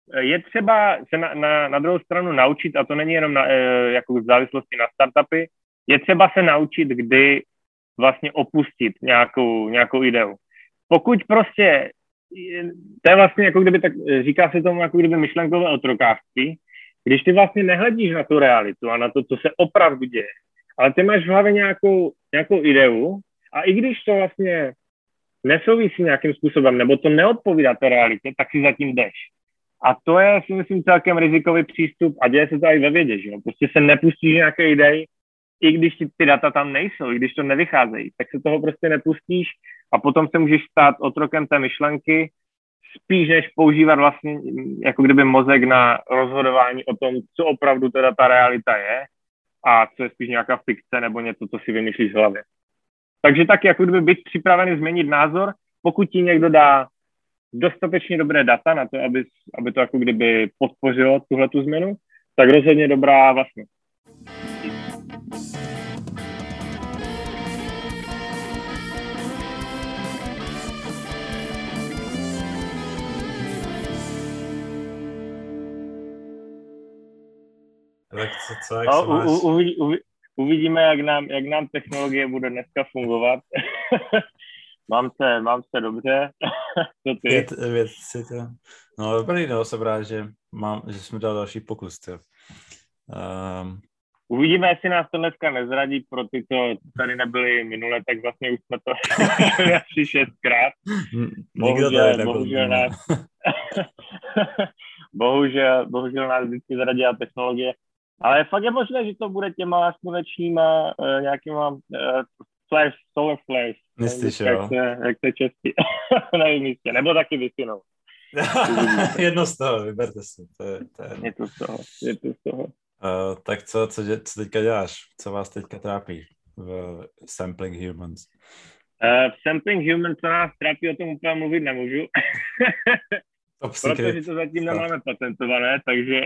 je třeba se na druhou stranu naučit, a to není jenom jako v závislosti na startupy, je třeba se naučit, kdy vlastně opustit nějakou ideu. Pokud prostě, to je vlastně jako kdyby, tak říká se tomu jako kdyby myšlenkové otrokářství, když ty vlastně nehledíš na tu realitu a na to, co se opravdu děje, ale ty máš v hlavě nějakou ideu a i když to vlastně nesouvisí nějakým způsobem, nebo to neodpovídá té realitě, tak si zatím jdeš. A to je, si myslím, celkem rizikový přístup a děje se to i ve vědě, že jo? Prostě se nepustíš nějaké idei, i když ty data tam nejsou, i když to nevycházejí, tak se toho prostě nepustíš a potom se můžeš stát otrokem té myšlenky, spíš než používat vlastně jako kdyby mozek na rozhodování o tom, co opravdu teda ta realita je a co je spíš nějaká fikce nebo něco, co si vymýšlíš v hlavě. Takže tak jako kdyby být připravený změnit názor, pokud ti někdo dá dostatečně dobré data na to, aby to jako kdyby podpořilo tuhletu změnu, tak rozhodně dobrá vlastně. Tak co uvidíme, jak nám technologie bude dneska fungovat. Mám se dobře. Co ty? No dobrý, jsem rád, že jsme dali další pokus. Uvidíme, jestli nás to dneska nezradí, pro ty, co tady nebyli minule, tak vlastně už jsme to asi 6krát. Bohužel nás vždycky zradila technologie. Ale fakt je možné, že to bude těma slunečníma nějakýma solar flares. Myslíš, jo? Jak to je česky. Nevím jistě, nebo taky Wi-Fi. Jedno z toho, vyberte si. Je to z toho. Tak co teďka děláš? Co vás teďka trápí v Sampling Humans? V Sampling Humans, co nás trápí, o tom úplně mluvit nemůžu. Protože to zatím nemáme patentované, takže...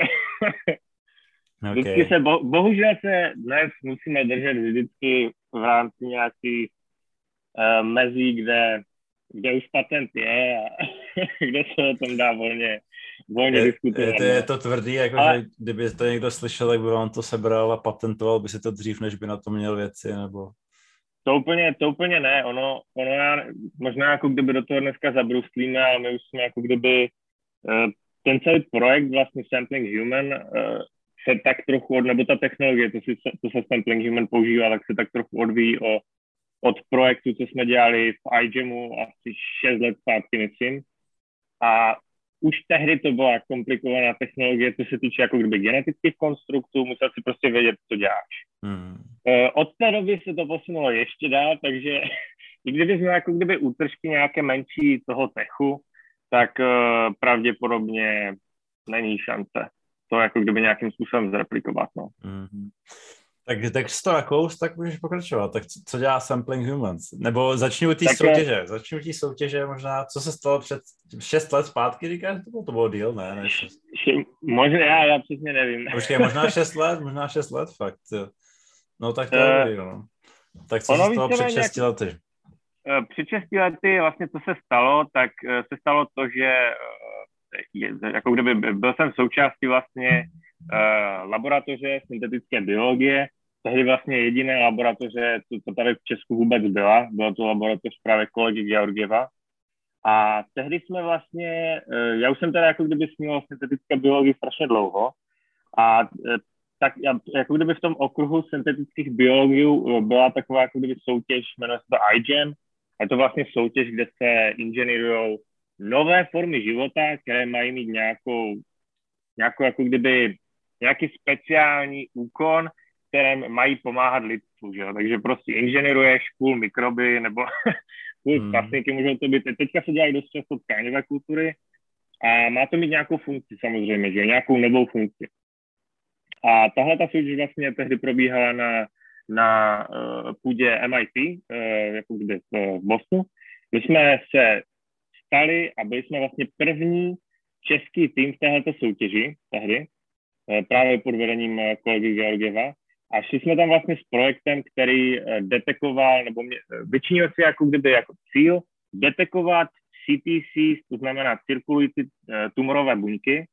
Vždycky bohužel se dnes musíme držet vždycky v rámci nějakých mezí, kde už patent je a kde se o tom dá volně diskutovat. Je to tvrdý, jakože kdyby to někdo slyšel, tak by vám to sebral a patentoval by si to dřív, než by na to měl věci, nebo... To úplně ne, ono možná jako kdyby do toho dneska zabruslíme, ale my už jsme jako kdyby ten celý projekt vlastně Sampling Human se tak trochu, nebo ta technologie, to se Sampling Human používá, tak se tak trochu odvíjí od projektu, co jsme dělali v iGEMu asi 6 let zpátky, myslím. A už tehdy to byla komplikovaná technologie, co se týče jako kdyby genetických konstruktů, musel si prostě vědět, co děláš. Od té doby se to posunulo ještě dál, takže i kdyby jsme jako kdyby útržky nějaké menší toho techu, tak pravděpodobně není šance to jako kdyby nějakým způsobem zreplikovat. No. Tak z toho nakous, tak můžeš pokračovat. Tak co dělá Sampling Humans? Nebo začni u té soutěže možná, co se stalo před 6 let zpátky, říkáš? To bylo díl, ne? Možná, já přesně nevím. Počkej, možná 6 let, fakt. No tak to je dobrý, no. Tak co se stalo před 6 lety? Před 6 lety vlastně co se stalo, tak se stalo to, že jako kdyby byl jsem součástí vlastně laboratoře syntetické biologie, tehdy vlastně jediné laboratoře, co tady v Česku vůbec byla to laboratoř právě kolegy Georgieva. A tehdy jsme vlastně, já už jsem teda jako kdyby sníval syntetické biologii strašně dlouho a tak jako kdyby v tom okruhu syntetických biologů byla taková jako kdyby soutěž, jmenuje se to iGEM, a je to vlastně soutěž, kde se inženýrujou nové formy života, které mají mít nějakou jako kdyby nějaký speciální úkon, kterém mají pomáhat lidstvu, že jo? Takže prostě inženýruješ cool mikroby nebo cool plastinky, můžou to být. Teďka se dělají dost často tkáňové kultury a má to mít nějakou funkci samozřejmě, že jo? Nějakou novou funkci. A tahle ta soutěž vlastně tehdy probíhala na půdě MIT, jako kdyby v Bostonu. My jsme se stali a byli jsme vlastně první český tým v této soutěži tehdy, právě pod vedením kolegy Georgieva. A šli jsme tam vlastně s projektem, který detekoval, nebo vyčinil si jako kdyby jako cíl detekovat CTC, to znamená cirkulující tumorové buňky,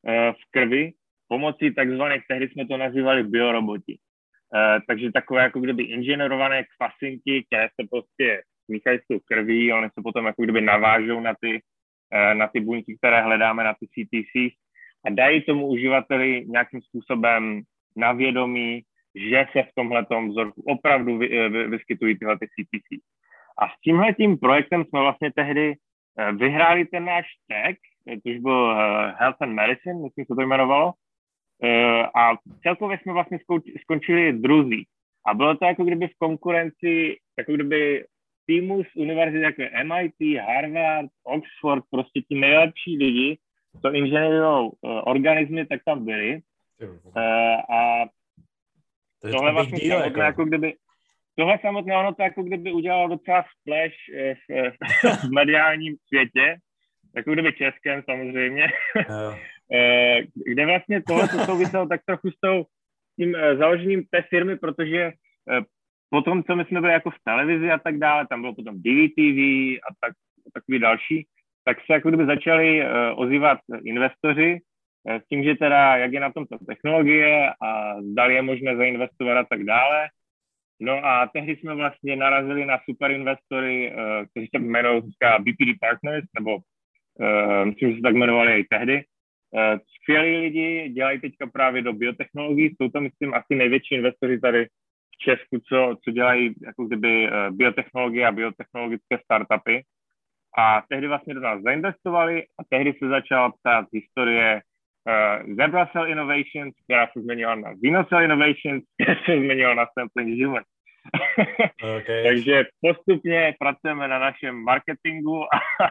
v krvi pomocí takzvaných, tehdy jsme to nazývali bioroboti. Takže takové jako kdyby inženierované kvasinky, které se prostě smíchají s tou krví, one se potom jako kdyby navážou na ty buňky, které hledáme na ty CTCs a dají tomu uživateli nějakým způsobem na vědomí, že se v tomhletom vzorku opravdu vyskytují tyhle ty CTCs. A s tímhletím projektem jsme vlastně tehdy vyhráli ten náš track, což byl Health and Medicine, myslím, se to jmenovalo, a celkově jsme vlastně skončili druzí. A bylo to jako kdyby v konkurenci, jako kdyby týmu z univerzit jako MIT, Harvard, Oxford, prostě ti nejlepší lidi, co inženýrujou organismy, tak tam byli. A tohle vlastně samotné, jako kdyby, tohle samotné ono to jako kdyby udělalo docela splash v mediálním světě, jako kdyby českém samozřejmě, kde vlastně tohle souviselo tak trochu s tím založením té firmy, protože potom, co my jsme byli jako v televizi a tak dále, tam bylo potom DVTV a takový další, tak se jako kdyby začali ozývat investoři s tím, že teda, jak je na tom ta technologie a zdali je možné zainvestovat a tak dále. No a tehdy jsme vlastně narazili na super investory, kteří se jmenují BPD Partners, nebo myslím, že se tak jmenovali i tehdy. Skvělí lidi, dělají teďka právě do biotechnologií, jsou to, myslím, asi největší investoři tady v Česku, co dělají jako kdyby biotechnologie a biotechnologické startupy. A tehdy vlastně do nás zainvestovali a tehdy se začala psát historie Zebra Cell Innovations, která se změnila na Xenocell Innovations, která se změnila na Sampling Human. Okay. Takže postupně pracujeme na našem marketingu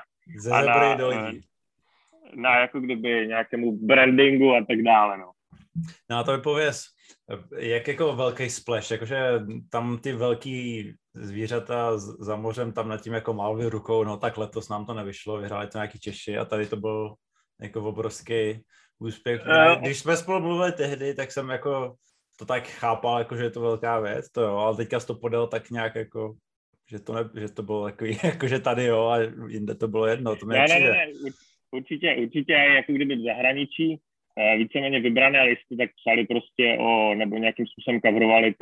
na jako kdyby nějakému brandingu a tak dále. No a to vypověz, jak jako velký splash, jakože tam ty velký zvířata za mořem tam nad tím jako mávli rukou, no tak letos nám to nevyšlo, vyhráli to nějaký Češi a tady to byl jako obrovský úspěch. Když jsme spolu mluvili tehdy, tak jsem jako to tak chápal, jako, že je to velká věc, to jo, ale teďka jsi to podal tak nějak jako, že to bylo takový, jako že tady jo a jinde to bylo jedno, to mě přijde. Ne, určitě jako kdyby v zahraničí víceméně vybrané listy, tak psali prostě nebo nějakým způsobem coverovali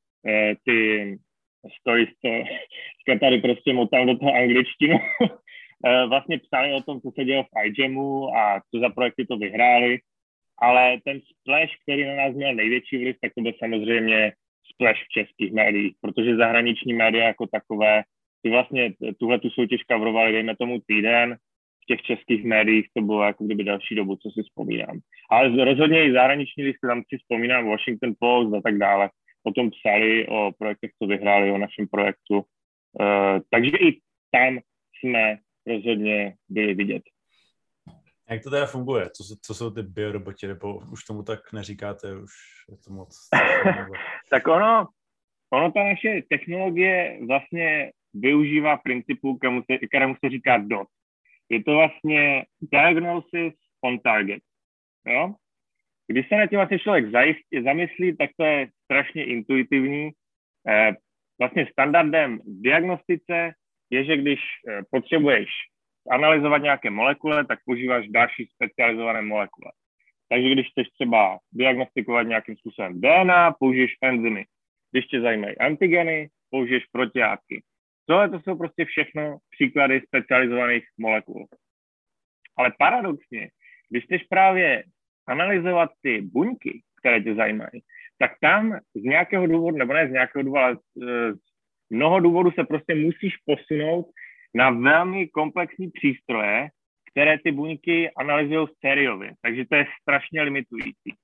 ty stories, co tady prostě motám do toho angličtinu. Vlastně psali o tom, co se dělo v iGEMu a co za projekty to vyhráli, ale ten splash, který na nás měl největší vliv, tak to byl samozřejmě splash v českých médiích, protože zahraniční média jako takové, ty vlastně tu soutěž coverovali, dejme tomu týden, v těch českých médiích to bylo jako kdyby další dobu, co si vzpomínám. Ale rozhodně i zahraniční listy, tam si vzpomínám Washington Post a tak dále, o tom psali, o projektech, co vyhráli, o našem projektu. Takže i tam jsme rozhodně byli vidět. Jak to teda funguje? Co jsou ty bioroboti, nebo už tomu tak neříkáte, už je to moc... Tak ono ta naše technologie vlastně využívá principu, kterému se říká DOT. Je to vlastně diagnosis on target. Jo? Když se na tím vlastně člověk zamyslí, tak to je strašně intuitivní. Vlastně standardem v diagnostice je, že když potřebuješ analyzovat nějaké molekule, tak používáš další specializované molekule. Takže když chceš třeba diagnostikovat nějakým způsobem DNA, použiješ enzymy. Když tě zajímají antigeny, použiješ protilátky. Tohle to jsou prostě všechno příklady specializovaných molekul. Ale paradoxně, když chceš právě analyzovat ty buňky, které tě zajímají, tak tam z nějakého důvodu, nebo ne z nějakého důvodu, ale z mnoho důvodů se prostě musíš posunout na velmi komplexní přístroje, které ty buňky analyzují sériově. Takže to je strašně limitující.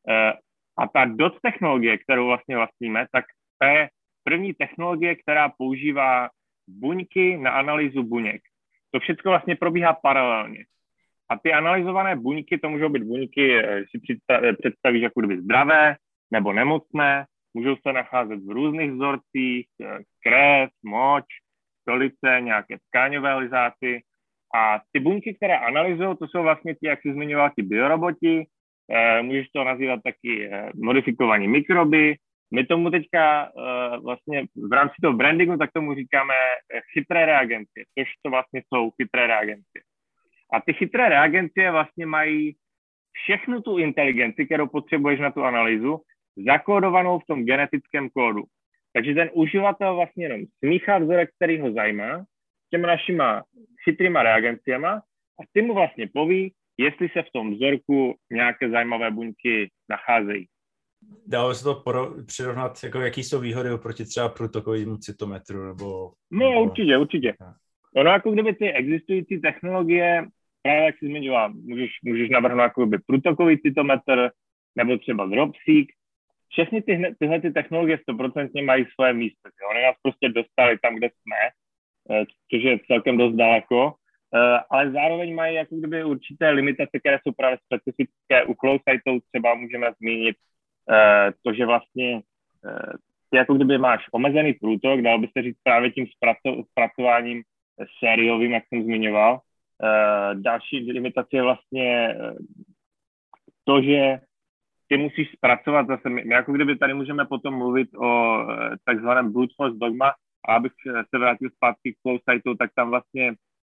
A ta DOT technologie, kterou vlastně vlastníme, tak to je první technologie, která používá buňky na analýzu buněk. To všechno vlastně probíhá paralelně. A ty analyzované buňky, to můžou být buňky, si představíš jako kdyby zdravé nebo nemocné, můžou se nacházet v různých vzorcích, krev, moč, stolice, nějaké tkáňové lyzáty. A ty buňky, které analyzují, to jsou vlastně ti, jak jsi zmiňoval, ti bioroboti, můžeš to nazývat taky modifikovaní mikroby. My tomu teďka vlastně v rámci toho brandingu, tak tomu říkáme chytré reagencie, což to vlastně jsou chytré reagencie. A ty chytré reagencie vlastně mají všechnu tu inteligenci, kterou potřebuješ na tu analýzu, zakódovanou v tom genetickém kódu. Takže ten uživatel vlastně jenom smíchá vzorek, který ho zajímá, s těmi našima chytrýma reagenciama a ty mu vlastně poví, jestli se v tom vzorku nějaké zajímavé buňky nacházejí. Dalo se to přirovnat, jako jaký jsou výhody oproti třeba průtokovému cytometru? No určitě. Ono jako kdyby ty existující technologie, právě jak jsi zmiňoval, můžeš navrhnout jako by průtokový cytometr nebo třeba Dropseq. Všechny tyhle technologie 100% mají svoje místo. Oni nás prostě dostali tam, kde jsme, což je celkem dost daleko, ale zároveň mají jako kdyby určité limitace, které jsou právě specifické. U flow cytů třeba můžeme zmínit to, že vlastně ty jako kdyby máš omezený průtok, dalo by se říct právě tím zpracováním sériovým, jak jsem zmiňoval. Další limitace je vlastně to, že ty musíš zpracovat zase, my jako kdyby tady můžeme potom mluvit o takzvaném brute force dogma, a abych se vrátil zpátky k flow cytu, tak tam vlastně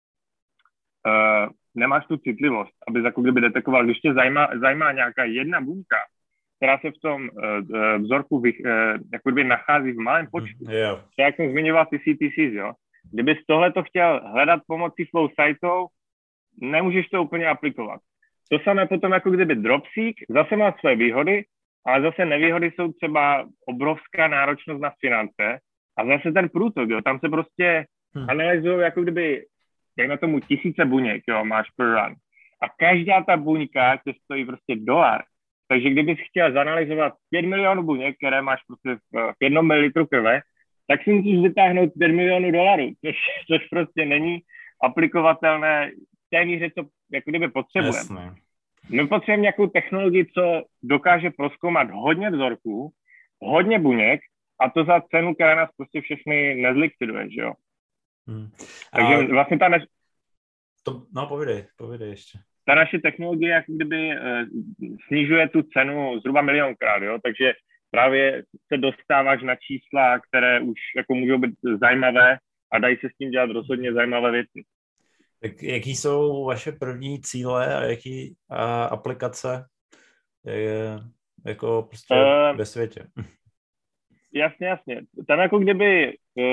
nemáš tu citlivost, aby jako kdyby detekoval, když tě zajímá nějaká jedna buňka, která se v tom vzorku jako kdyby nachází v malém počtu. Yeah. To jak jsem zmiňoval ty CTCs, jo. Kdybys tohleto chtěl hledat pomocí flow cytů, nemůžeš to úplně aplikovat. To samé potom jako kdyby Dropseq zase má své výhody, ale zase nevýhody jsou třeba obrovská náročnost na finance a zase ten průtok, jo, tam se prostě analyzují jako kdyby, dejme tomu 1000 buněk, jo, máš per run. A každá ta buňka tě stojí prostě $1. Takže kdybys chtěl zanalyzovat 5 milionů buněk, které máš prostě v 1 ml krve, tak si musíš vytáhnout $5 milionů, což prostě není aplikovatelné v té míře, co jako kdyby potřebujeme. My potřebujeme nějakou technologii, co dokáže prozkoumat hodně vzorků, hodně buněk a to za cenu, která nás prostě všechny nezlikviduje, že jo? Takže vlastně ta naše... No, povídej ještě. Ta naše technologie jako kdyby snižuje tu cenu zhruba 1 milionkrát, jo? Takže právě se dostáváš na čísla, které už jako můžou být zajímavé a dají se s tím dělat rozhodně zajímavé věci. Tak jaký jsou vaše první cíle a jaký aplikace jako prostě ve světě? Jasně. Tam jako kdyby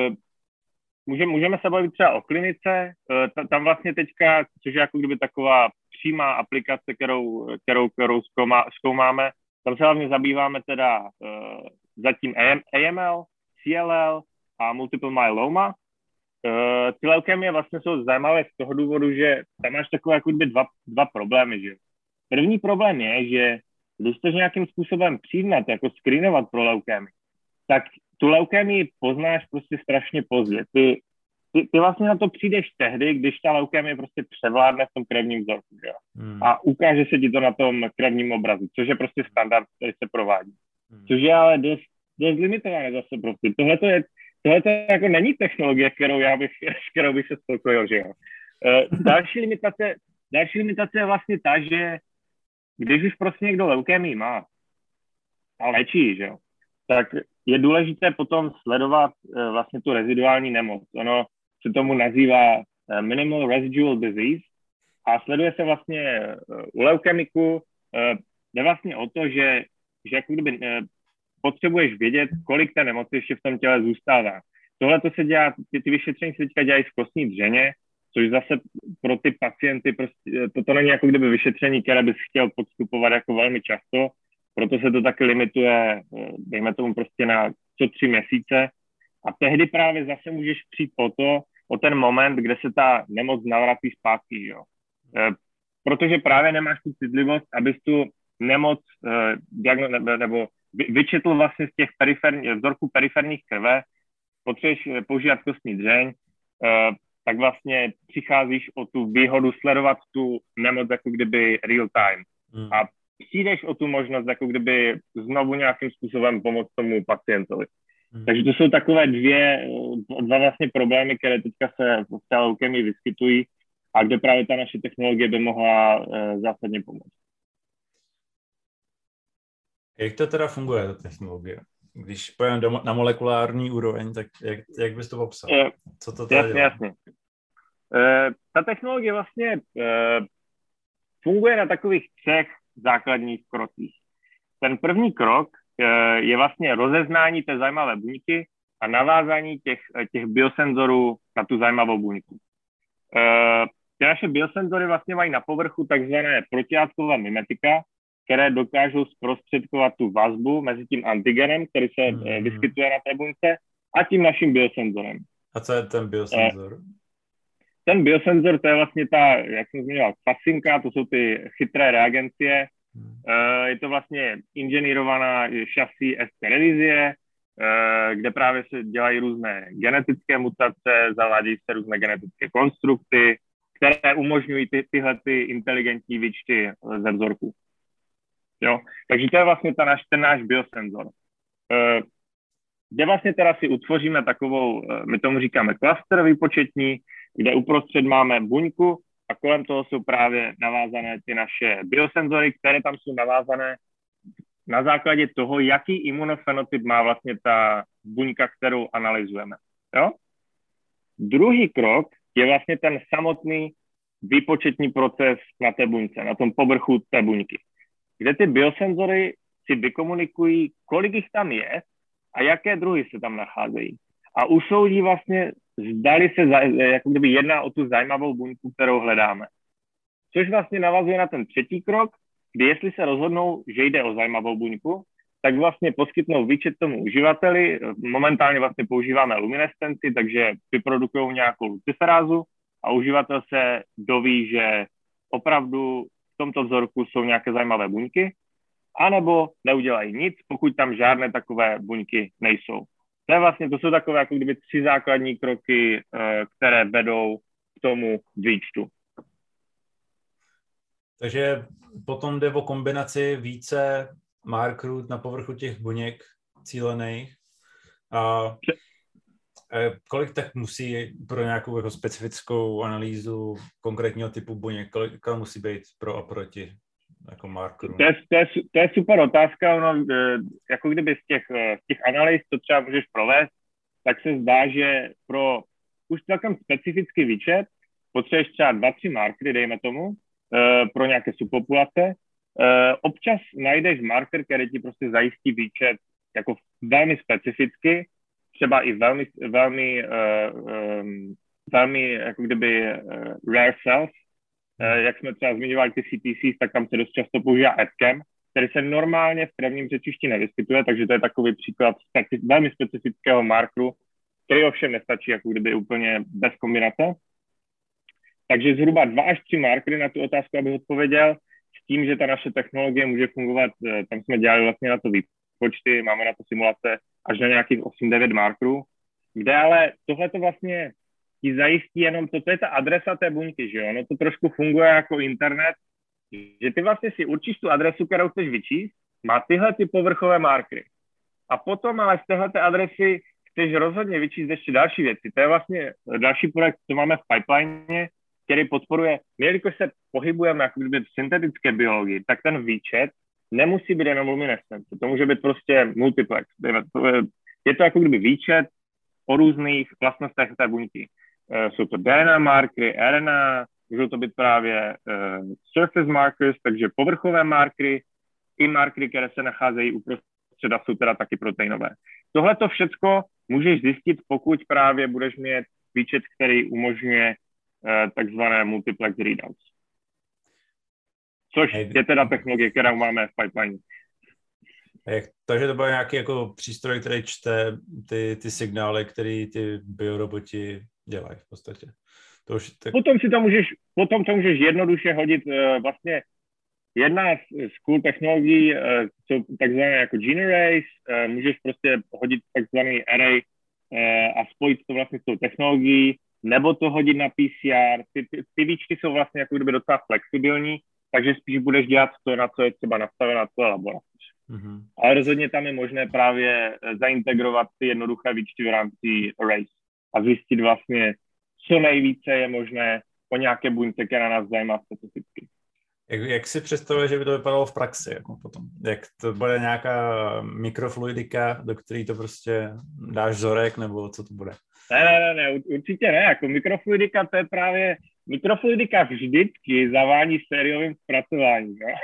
můžeme se bavit třeba o klinice, tam vlastně teďka, což je jako kdyby taková přímá aplikace, kterou zkoumáme, tam se hlavně zabýváme teda zatím AML, CLL a multiple myeloma. Ty leukemie vlastně jsou zajímavé z toho důvodu, že tam máš takové jako kdyby dva problémy. Že? První problém je, že když chceš nějakým způsobem přiznat, jako screenovat pro leukemii, tak tu leukemii poznáš prostě strašně pozdě. Ty vlastně na to přijdeš tehdy, když ta leukemie prostě převládne v tom krevním vzorku. Že? A ukáže se ti to na tom krevním obrazu, což je prostě standard, který se provádí. Což je ale dost limitované zase prostě. Tohle jako není technologie, kterou bych se spokojil, že jo. Další limitace je vlastně ta, že když už prostě někdo leukémii má a léčí, že jo, tak je důležité potom sledovat vlastně tu reziduální nemoc. Ono se tomu nazývá minimal residual disease a sleduje se vlastně u leukemiku, jde vlastně o to, že jako kdyby potřebuješ vědět, kolik té nemoci ještě v tom těle zůstává. Tohle to se dělá, ty vyšetření se teďka dělají v kostní dřeně, což zase pro ty pacienty prostě, to není jako kdyby vyšetření, které bys chtěl podstupovat jako velmi často, proto se to taky limituje, dejme tomu prostě na co 3 měsíce a tehdy právě zase můžeš přijít o ten moment, kde se ta nemoc navrací zpátky, jo. Protože právě nemáš tu citlivost, abys tu nemoc nebo vyčetl vlastně z těch vzorků periferních krve, potřebuješ používat kostní dřeň, tak vlastně přicházíš o tu výhodu sledovat tu nemoc jako kdyby real time. A přijdeš o tu možnost jako kdyby znovu nějakým způsobem pomoct tomu pacientovi. Takže to jsou takové dva vlastně problémy, které teďka se v té leukemii vyskytují a kde právě ta naše technologie by mohla zásadně pomoct. Jak to teda funguje, ta technologie? Když pojďme na molekulární úroveň, tak jak bys to popsal? Co to teda dělá? Jasně. Ta technologie vlastně funguje na takových 3 základních krocích. Ten první krok je vlastně rozeznání té zajímavé buňky a navázání těch biosenzorů na tu zajímavou buňku. Ty naše biosenzory vlastně mají na povrchu takzvané protilátkové mimetika, které dokážou zprostředkovat tu vazbu mezi tím antigenem, který se vyskytuje na té buňce, a tím naším biosenzorem. A co je ten biosenzor? Ten biosenzor, to je vlastně ta, jak jsem zmiňoval, fasinka, to jsou ty chytré reagencie. Je to vlastně inženýrovaná šasí ST revizie, kde právě se dělají různé genetické mutace, zavádějí se různé genetické konstrukty, které umožňují tyhle inteligentní výčty ze vzorku. Jo? Takže to je vlastně ten náš biosenzor. Kde vlastně teda si utvoříme takovou, my tomu říkáme klaster výpočetní, kde uprostřed máme buňku a kolem toho jsou právě navázané ty naše biosenzory, které tam jsou navázané na základě toho, jaký imunofenotyp má vlastně ta buňka, kterou analyzujeme. Jo? Druhý krok je vlastně ten samotný výpočetní proces na té buňce, na tom povrchu té buňky, kde ty biosenzory si vykomunikují, kolik jich tam je a jaké druhy se tam nacházejí. A usoudí vlastně, zdali se jako kdyby jedná o tu zajímavou buňku, kterou hledáme. Což vlastně navazuje na ten třetí krok, kdy jestli se rozhodnou, že jde o zajímavou buňku, tak vlastně poskytnou výčet tomu uživateli. Momentálně vlastně používáme luminescenci, takže vyprodukují nějakou luciferázu a uživatel se doví, že opravdu v tomto vzorku jsou nějaké zajímavé buňky, anebo neudělají nic, pokud tam žádné takové buňky nejsou. To jsou takové jako kdyby 3 základní kroky, které vedou k tomu výčtu. Takže potom jde o kombinaci více markerů na povrchu těch buněk cílených. A kolik tak musí pro nějakou jako specifickou analýzu konkrétního typu buněk, kolik musí být pro a proti jako markerů? To je super otázka. Ono, jako kdyby z těch analýz, to třeba můžeš provést, tak se zdá, že pro už celkem specifický výčet potřebuješ třeba 2-3 markery, dejme tomu, pro nějaké subpopulace. Občas najdeš marker, který ti prostě zajistí výčet jako velmi specificky, třeba i velmi jako kdyby rare cells. Jak jsme třeba zmiňovali ty CTCs, tak tam se dost často používá EdCam, který se normálně v krevním řečišti nevyskytuje, takže to je takový příklad velmi specifického markeru, který ovšem nestačí jako kdyby úplně bez kombinace. Takže zhruba 2 až 3 markery na tu otázku, abych odpověděl, s tím, že ta naše technologie může fungovat, tam jsme dělali vlastně na to výpočty, máme na to simulace až na nějakých 8-9 markerů, kde ale tohle to vlastně ti zajistí jenom to je ta adresa té buňky, že jo, no to trošku funguje jako internet, že ty vlastně si určíš tu adresu, kterou chceš vyčíst, má tyhle ty povrchové markery. A potom ale z téhleté adresy chceš rozhodně vyčíst ještě další věci. To je vlastně další projekt, co máme v pipeline, který podporuje, my, jelikož se pohybujeme jako kdyby v syntetické biologii, tak ten výčet nemusí být jenom luminescence. To může být prostě multiplex. Je to jako kdyby výčet o různých vlastnostech té buňky. Jsou to DNA markery, RNA, můžou to být právě surface markers, takže povrchové markery i markery, které se nacházejí uprostřed a jsou teda taky proteinové. Tohle to všecko můžeš zjistit, pokud právě budeš mít výčet, který umožňuje takzvané multiplex readouts. Což je teda technologie, kterou máme v pipeline. Takže to byl nějaký jako přístroj, který čte ty signály, které ty bioroboti dělají v podstatě. Potom to můžeš jednoduše hodit vlastně jedna z cool technologií, jsou takzvané jako gene arrays, můžeš prostě hodit takzvaný array a spojit to vlastně s tou technologií, nebo to hodit na PCR. Ty výčty jsou vlastně jako kdyby docela flexibilní, takže spíš budeš dělat to, na co je třeba nastavená tvoje laboratoř. Mm-hmm. Ale rozhodně tam je možné právě zaintegrovat ty jednoduché výčty v rámci arrays a zjistit vlastně, co nejvíce je možné o nějaké buňce, která nás zajímá specificky. Jak si představuješ, že by to vypadalo v praxi? Jako potom? Jak to bude nějaká mikrofluidika, do které to prostě dáš vzorek, nebo co to bude? Ne, určitě ne. Jako mikrofluidika, to je právě mikrofluidika vždycky zavání sériovým zpracováním. No?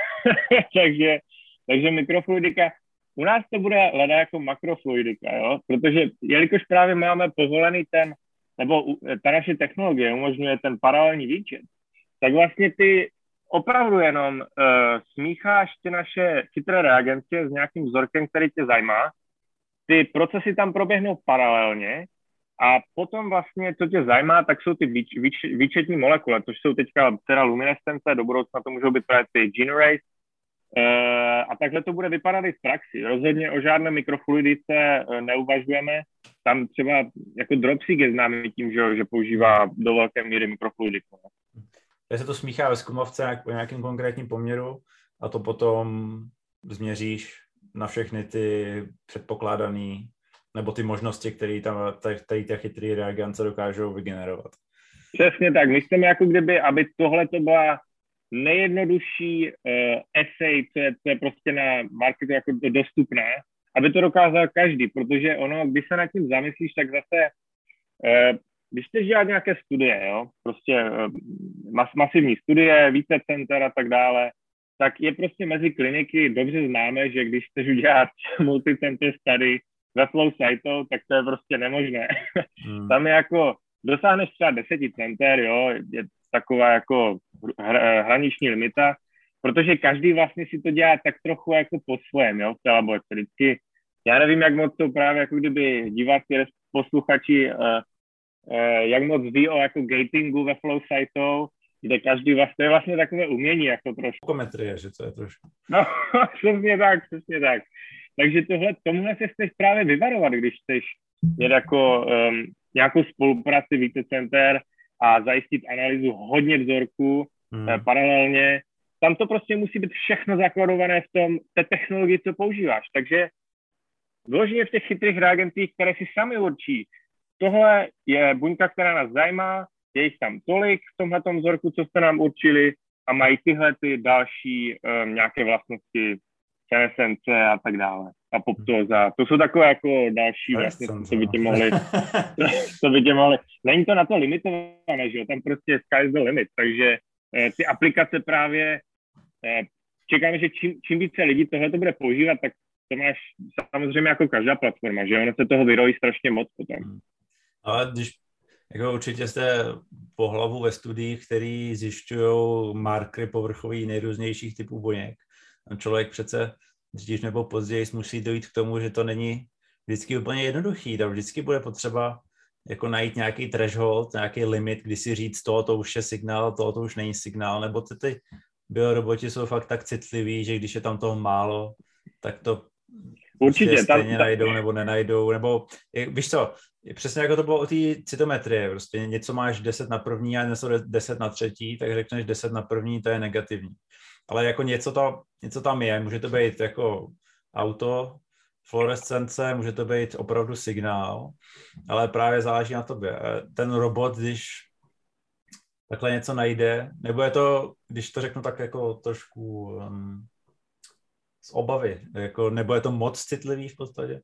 takže mikrofluidika, u nás to bude leda jako makrofluidika, jo? Protože jelikož právě máme povolený nebo ta naše technologie umožňuje ten paralelní výčet, tak vlastně ty opravdu jenom smícháš ty naše chytré reagencie s nějakým vzorkem, který tě zajímá, ty procesy tam proběhnou paralelně a potom vlastně, co tě zajímá, tak jsou ty výčetní molekuly, což jsou teďka teda luminescence, do budoucna to můžou být právě ty gene arrays, a takhle to bude vypadat i v praxi. Rozhodně o žádné mikrofluidice neuvažujeme. Tam třeba jako Dropseek je známý tím, že používá do velké míry mikrofluidiku. Takže se to smíchá ve zkumavce po nějakém konkrétním poměru a to potom změříš na všechny ty předpokládané nebo ty možnosti, které ty chytré reagence dokážou vygenerovat. Přesně tak. My chceme jako kdyby, aby tohle to byla nejjednodušší essay, co je prostě na marketu jako dostupné, aby to dokázal každý, protože ono, když se nad tím zamyslíš, tak zase, když chceš dělat nějaké studie, jo, prostě masivní studie, více center a tak dále, tak je prostě mezi kliniky dobře známe, že když chceš udělat multicenter study ve flow cytu, tak to je prostě nemožné. Tam je jako, dosáhneš třeba 10 center, jo, je taková jako hraniční limita, protože každý vlastně si to dělá tak trochu jako po svém, jo, v té laboratoři. Vždycky, já nevím, jak moc to právě jako kdyby diváci, posluchači, jak moc ví o jako gatingu ve flow cytu, kde každý vlastně, to je vlastně takové umění, jako trošku. Kometrie, že to je trošku. No, přesně tak. Takže tomuhle se chceš právě vyvarovat, když chceš mít jako nějakou spolupráci více center a zajistit analýzu hodně vzorků paralelně. Tam to prostě musí být všechno zakladované v té technologii, co používáš. Takže vloženě v těch chytrých reagentích, které si sami určí, tohle je buňka, která nás zajímá, je jich tam tolik v tomhletom vzorku, co jste nám určili a mají tyhle ty další nějaké vlastnosti senescence a tak dále. A poptóza. To jsou takové jako další vlastně, co by tě mohli. Není to na to limitované, že jo? Tam prostě sky is the limit. Takže ty aplikace právě čekáme, že čím více lidí tohle to bude používat, tak to máš samozřejmě jako každá platforma, že ono se toho vyrojí strašně moc potom. Ale když jako určitě jste po hlavu ve studiích, který zjišťují markery povrchových nejrůznějších typů buněk. Člověk přece dřív nebo později musí dojít k tomu, že to není vždycky úplně jednoduchý. Tam vždycky bude potřeba jako najít nějaký threshold, nějaký limit, kdy si říct to už je signál, to už není signál, nebo ty bioroboti jsou fakt tak citliví, že když je tam toho málo, tak to určitě stejně najdou nebo nenajdou, nebo víš co, přesně jako to bylo o té cytometrie, prostě něco máš 10 na první a něco 10 na třetí, tak řekneš 10 na první, to je negativní. Ale jako něco tam je, může to být jako auto, fluorescence, může to být opravdu signál, ale právě záleží na tobě. Ten robot, když takhle něco najde, nebo je to, když to řeknu tak jako trošku z obavy, jako, nebo je to moc citlivý v podstatě?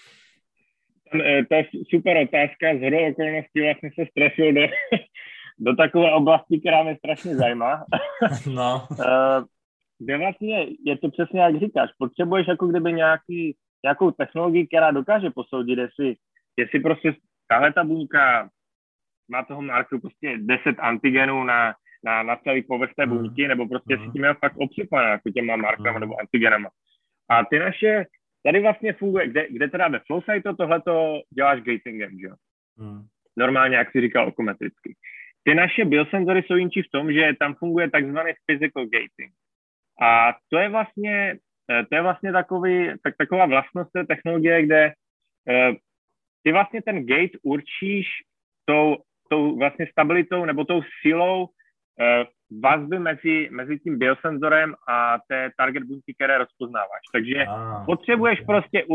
To je super otázka, shodou okolností vlastně se strefil do takové oblasti, která mě strašně zajímá. No. Kde vlastně je to přesně jak říkáš, potřebuješ jako kdyby nějakou technologii, která dokáže posoudit, jestli prostě tahle ta buňka má toho markeru prostě 10 antigenů na celý povrch té buňky, nebo prostě si tím je fakt obsypaná jako těma markerama nebo antigenama. A ty naše, tady vlastně funguje, kde teda ve Flowcytu tohleto děláš gatingem, že jo? Normálně, jak jsi říkal, okometricky. Ty naše biosenzory jsou jinčí v tom, že tam funguje takzvaný physical gating. A to je vlastně taková vlastnost té technologie, kde ty vlastně ten gate určíš tou vlastně stabilitou nebo tou silou vazby mezi tím biosenzorem a té target buňky, které rozpoznáváš. Takže potřebuješ prostě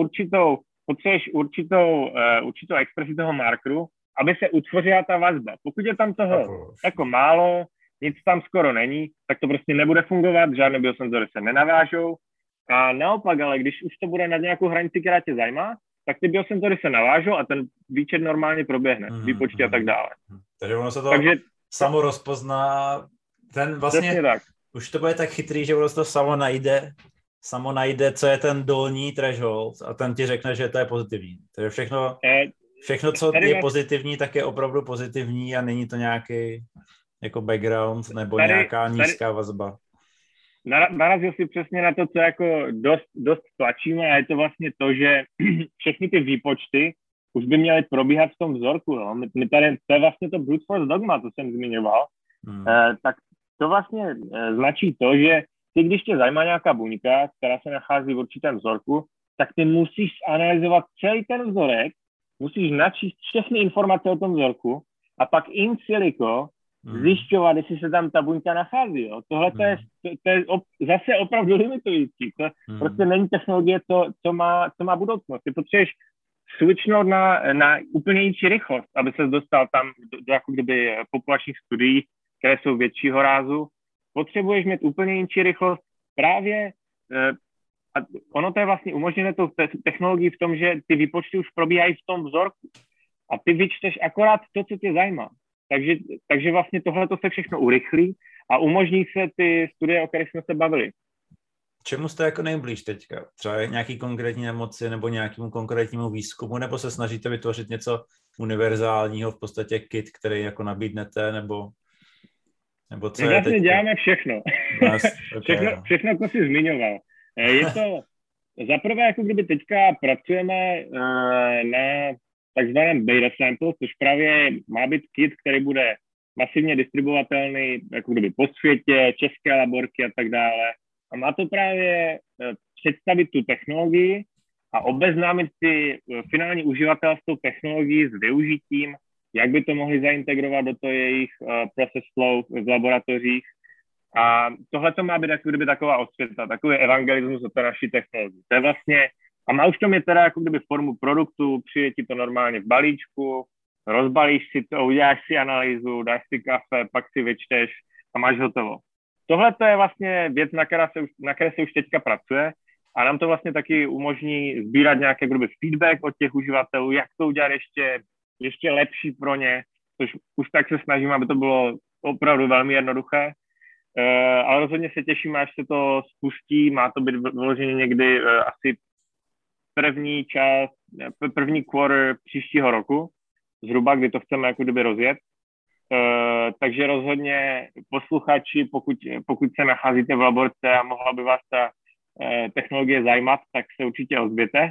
určitou expresi toho markeru, aby se utvořila ta vazba. Pokud je tam toho jako málo, nic tam skoro není, tak to prostě nebude fungovat, žádné biosenzory se nenavážou. A naopak, ale když už to bude nad nějakou hranici, která tě zajímá, tak ty biosenzory se navážou a ten výčet normálně proběhne, výpočty a tak dále. Takže ono se to samo rozpozná. Ten vlastně, tak. už to bude tak chytrý, že vlastně to samo najde, co je ten dolní threshold a ten ti řekne, že to je pozitivní. Takže všechno, co je pozitivní, tak je opravdu pozitivní a není to nějaký jako background nebo nějaká nízká vazba. Narazil si přesně na to, co jako dost tlačíme a je to vlastně to, že všechny ty výpočty už by měly probíhat v tom vzorku. No. My tady, to je vlastně to brute force dogma, co jsem zmiňoval. Tak to vlastně značí to, že ty, když tě zajímá nějaká buňka, která se nachází v určitém vzorku, tak ty musíš analyzovat celý ten vzorek, musíš načíst všechny informace o tom vzorku a pak in silico zjišťovat, jestli se tam ta buňka nachází. Jo. Tohle to je zase opravdu limitující. To prostě není technologie, co má budoucnost. Ty potřebuješ switchnout na úplně jiný rychlost, aby se dostal tam do jako kdyby populačních studií, které jsou většího rázu. Potřebuješ mít úplně jiný rychlost právě a ono to je vlastně umožněné tou technologií v tom, že ty výpočty už probíhají v tom vzorku a ty vyčteš akorát to, co tě zajímá. Takže vlastně tohle se všechno urychlí a umožní se ty studie, o kterých jsme se bavili. Čemu jste jako nejblíž teďka? Třeba nějaký konkrétní nemoci nebo nějakému konkrétnímu výzkumu, nebo se snažíte vytvořit něco univerzálního, v podstatě kit, který jako nabídnete, nebo co my je vlastně děláme všechno. Všechno, co jsi zmiňoval. Je to, zaprvé, jako kdyby teďka pracujeme na takzvaném beta sample, což právě má být kit, který bude masivně distribuovatelný jako kdyby po světě, české laborky a tak dále. A má to právě představit tu technologii a obeznámit ty finální uživatel s tou technologií, s využitím, jak by to mohli zaintegrovat do toho jejich process flow v laboratořích. A tohle to má být jako kdyby taková osvěta, takový evangelismus o té naší technologii. To je vlastně, a má už to mít teda jako kdyby formu produktu, přijde ti to normálně v balíčku, rozbalíš si to, uděláš si analýzu, dáš si kafe, pak si vyčteš a máš hotovo. Tohle to je vlastně věc, na které se už teďka pracuje a nám to vlastně taky umožní sbírat nějaký kdyby feedback od těch uživatelů, jak to udělat ještě lepší pro ně, což už tak se snažím, aby to bylo opravdu velmi jednoduché. Ale rozhodně se těším, až se to spustí, má to být vyloženě někdy asi první quarter příštího roku, zhruba, kdy to chceme jako kdyby rozjet. Takže rozhodně posluchači, pokud se nacházíte v laborce a mohla by vás ta technologie zajímat, tak se určitě ozvěte.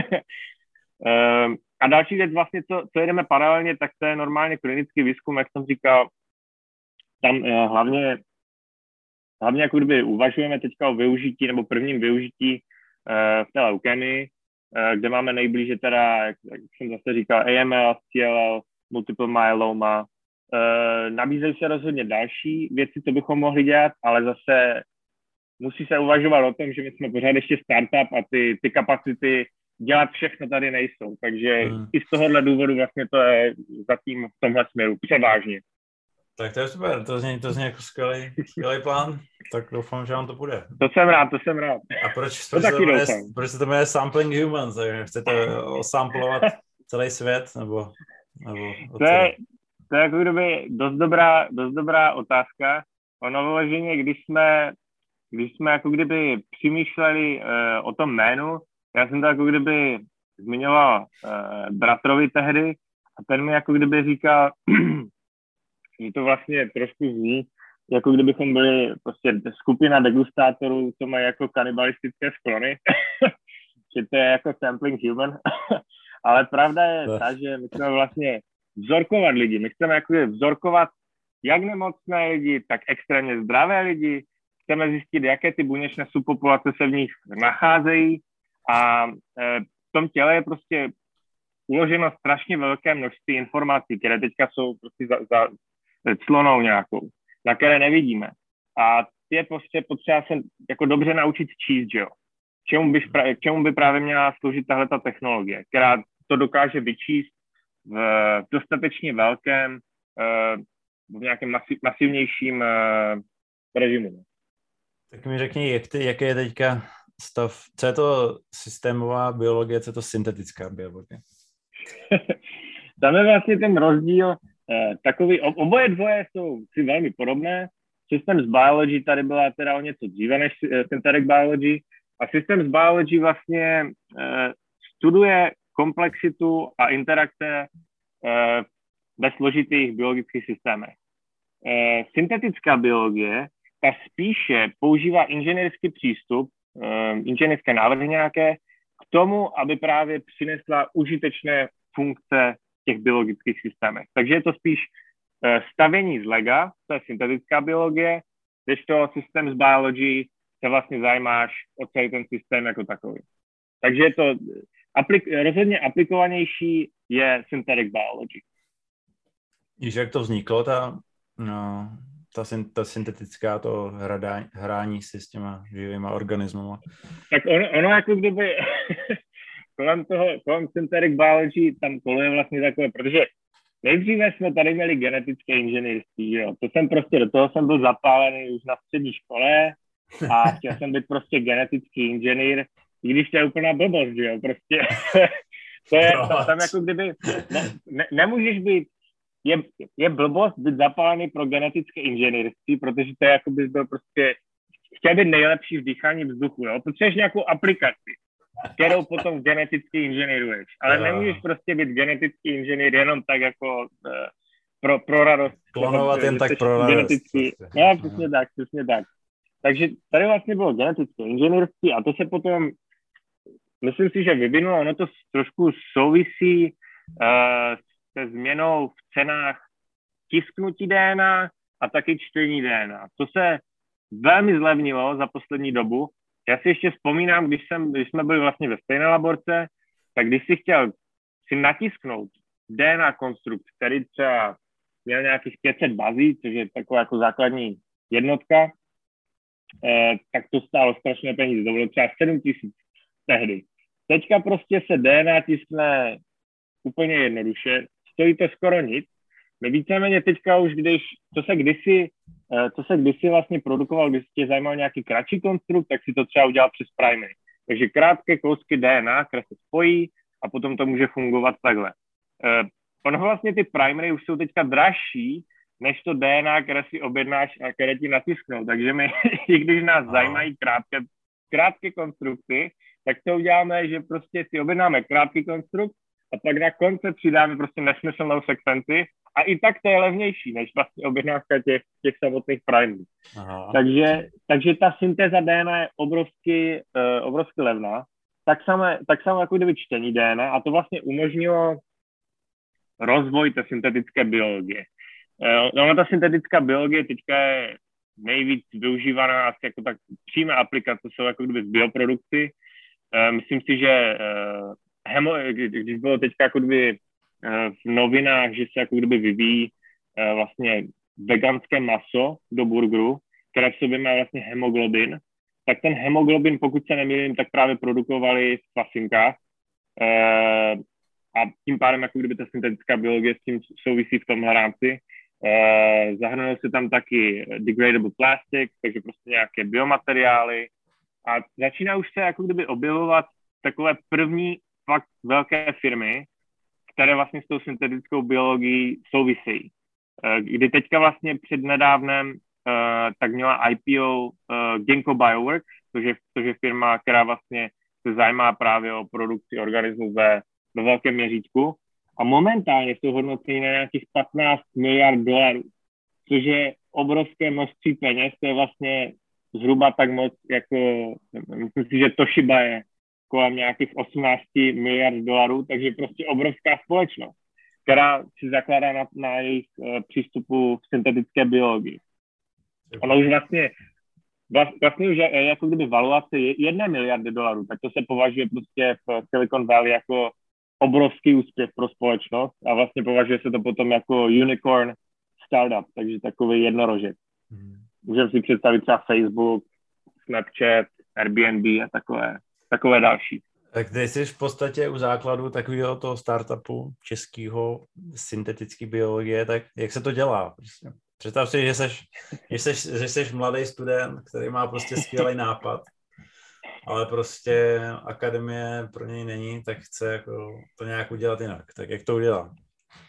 A další věc vlastně, co jedeme paralelně, tak to je normálně klinický výzkum, jak jsem říkal, tam hlavně jako kdyby uvažujeme teďka o využití nebo prvním využití v té leukémii, kde máme nejblíže teda, jak jsem zase říkal, AML, CLL, multiple myeloma. Nabízejí se rozhodně další věci, co bychom mohli dělat, ale zase musí se uvažovat o tom, že my jsme pořád ještě startup a ty kapacity dělat všechno tady nejsou. Takže i z tohohle důvodu vlastně to je zatím v tomhle směru převážně. Tak to je super, to zní jako skvělý plán, tak doufám, že vám to bude. To jsem rád. A proč se to jmenuje Sampling Humans? Chcete osamplovat celý svět? Nebo to je jako kdyby dost dobrá otázka. Ono vyloženě, když jsme jako kdyby přemýšleli o tom jménu, já jsem to jako kdyby zmiňoval bratrovi tehdy a ten mi jako kdyby říkal, že to vlastně trošku zní, jako kdybychom byli prostě skupina degustátorů, co mají jako kanibalistické sklony, že to je jako sampling human, ale pravda je ta, že my chceme vlastně vzorkovat lidi, my chceme jako vzorkovat jak nemocné lidi, tak extrémně zdravé lidi, chceme zjistit, jaké ty buněčné subpopulace se v nich nacházejí a v tom těle je prostě uloženo strašně velké množství informací, které teďka jsou prostě za clonou nějakou, na které nevidíme. A ty je prostě potřeba se jako dobře naučit číst, že jo. K čemu by právě měla sloužit tahleta technologie, která to dokáže vyčíst v dostatečně velkém, v nějakém masivnějším režimu. Tak mi řekni, jaký je teďka stav, co je to systémová biologie, co je to syntetická biologie? Tam je vlastně ten rozdíl, takový, oboje dvoje jsou si velmi podobné. Systems Biology tady byla teda o něco dříve než Synthetic Biology a Systems Biology vlastně studuje komplexitu a interakce ve složitých biologických systémech. Syntetická biologie, ta spíše používá inženýrský přístup, inženýrské návrhy nějaké, k tomu, aby právě přinesla užitečné funkce v těch biologických systémech. Takže je to spíš stavění z lega, to je syntetická biologie, kdežto Systems Biology se vlastně zajímáš o celý ten systém jako takový. Takže je to rozhodně aplikovanější je Synthetic Biology. Víš, jak to vzniklo, ta syntetická hrání si s těma živýma organismama? Tak ono jako kdyby kolem Synthetic Biology tam koluje vlastně takové, protože nejdříve jsme tady měli genetické inženýrství, jo. Do toho jsem byl zapálený už na střední škole a chtěl jsem být prostě genetický inženýr, i když to je úplná blbost, jo, prostě. To je tam jako kdyby, nemůžeš být, je blbost být zapálený pro genetické inženýrství, protože to je jako bys byl prostě, chtěl být nejlepší v dýchání vzduchu, jo, potřebuješ nějakou aplikaci, kterou potom geneticky inženýruješ, ale nemůžeš prostě být genetický inženýr jenom tak jako pro radost. Klonovat jen tak pro radost. No, přesně tak. Takže tady vlastně bylo genetické inženýrství a to se potom, myslím si, že vyvinulo, ono to trošku souvisí se změnou v cenách tisknutí DNA a taky čtení DNA. To se velmi zlevnilo za poslední dobu. Já si ještě vzpomínám, když jsme byli vlastně ve stejné laborce, tak když si chtěl si natisknout DNA konstrukt, který třeba měl nějakých 500 bazí, což je taková jako základní jednotka, tak to stálo strašné peníze. To bylo třeba 7 000 tehdy. Teďka prostě se DNA tiskne úplně jednoduše, stojí to skoro nic. My víceméně teďka už, co se kdysi vlastně produkoval, když tě zajímal nějaký kratší konstrukt, tak si to třeba udělal přes primary. Takže krátké kousky DNA, které se spojí a potom to může fungovat takhle. Ono vlastně ty primary už jsou teďka dražší, než to DNA, které si objednáš a které ti natisknou. Takže my, i když nás zajímají krátké konstrukty, tak to uděláme, že prostě si objednáme krátký konstrukt a pak na konce přidáme prostě nesmyslnou sekvenci a i tak to je levnější, než vlastně objednávka těch samotných primerů. Takže ta syntéza DNA je obrovsky levná. Tak samo jako kdyby čtení DNA a to vlastně umožnilo rozvoj té syntetické biologie. Ta syntetická biologie teďka je nejvíc využívaná asi jako tak přímé aplikace jsou jako kdyby v bioprodukci. Myslím si, že když bylo teďka jako kdyby v novinách, že se jako kdyby vyvíjí vlastně veganské maso do burgeru, které v sobě má vlastně hemoglobin, tak ten hemoglobin, pokud se nemýlím, tak právě produkovali v kvasinkách a tím pádem jako kdyby ta syntetická biologie s tím souvisí v tomhle rámci. Zahrnulo se tam taky degradable plastic, takže prostě nějaké biomateriály a začíná už se jako kdyby objevovat takové první fakt velké firmy, které vlastně s tou syntetickou biologií souvisejí. Kdy teďka vlastně před-nedávnem tak měla IPO Ginkgo Bioworks, což je firma, která vlastně se zajímá právě o produkci organismů ve velkém měřítku. A momentálně jsou hodnocení na nějakých 15 miliard dolarů, což je obrovské množství peněz, to je vlastně zhruba tak moc, jako myslím si, že Toshiba je kolem nějakých 18 miliard dolarů, takže prostě obrovská společnost, která si zakládá na jejich přístupu v syntetické biologii. Ono už vlastně už jako kdyby valuace 1 miliardy dolarů, tak to se považuje prostě v Silicon Valley jako obrovský úspěch pro společnost a vlastně považuje se to potom jako unicorn startup, takže takový jednorožec. Můžeme si představit třeba Facebook, Snapchat, Airbnb a takové další. Tak ty jsi v podstatě u základu takového toho startupu českého syntetické biologie, tak jak se to dělá? Prostě? Představ si, že jsi mladý student, který má prostě skvělý nápad, ale prostě akademie pro něj není, tak chce jako to nějak udělat jinak. Tak jak to udělá?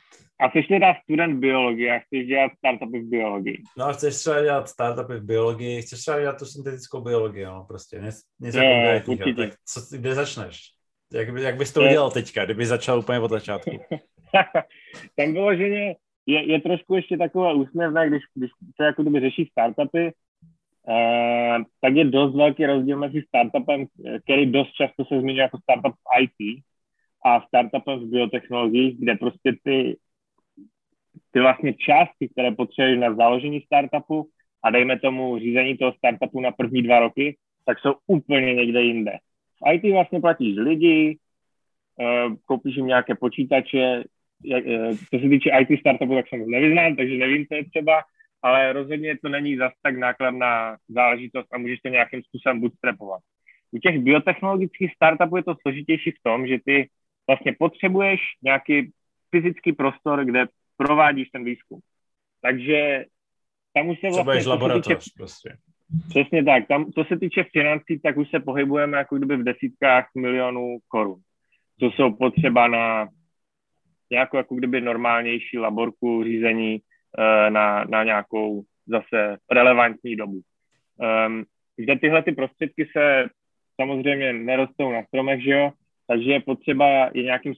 A jsi teda student biologie a chceš dělat startupy v biologii. No a chceš třeba dělat startupy v biologii, chceš třeba dělat tu syntetickou biologii, no prostě, něco konkrétního. Tak kde začneš? Jak bys to udělal teďka, kdyby začal úplně od začátku? Tam vyloženě je trošku ještě takové úsměvné, když se jako kdyby řeší startupy, tak je dost velký rozdíl mezi startupem, který dost často se zmiňuje jako startup v IT a startupem v biotechnologiích, kde prostě ty vlastně části, které potřebuješ na založení startupu a dejme tomu řízení toho startupu na první 2 roky, tak jsou úplně někde jinde. V IT vlastně platíš lidi, koupíš jim nějaké počítače, co se týče IT startupu, tak jsem nevyznám, takže nevím, co je třeba, ale rozhodně to není zas tak nákladná záležitost a můžeš to nějakým způsobem bootstrapovat. U těch biotechnologických startupů je to složitější v tom, že ty vlastně potřebuješ nějaký fyzický prostor, kde provádíš ten výzkum. Takže tam už se vlastně... laboratoř prostě. Přesně tak. Tam, co se týče financí, tak už se pohybujeme jako kdyby v desítkách milionů korun. Co jsou potřeba na nějakou jako kdyby normálnější laborku řízení na nějakou zase relevantní dobu. Kde tyhle ty prostředky se samozřejmě nerostou na stromech, že jo? Takže je potřeba je nějakým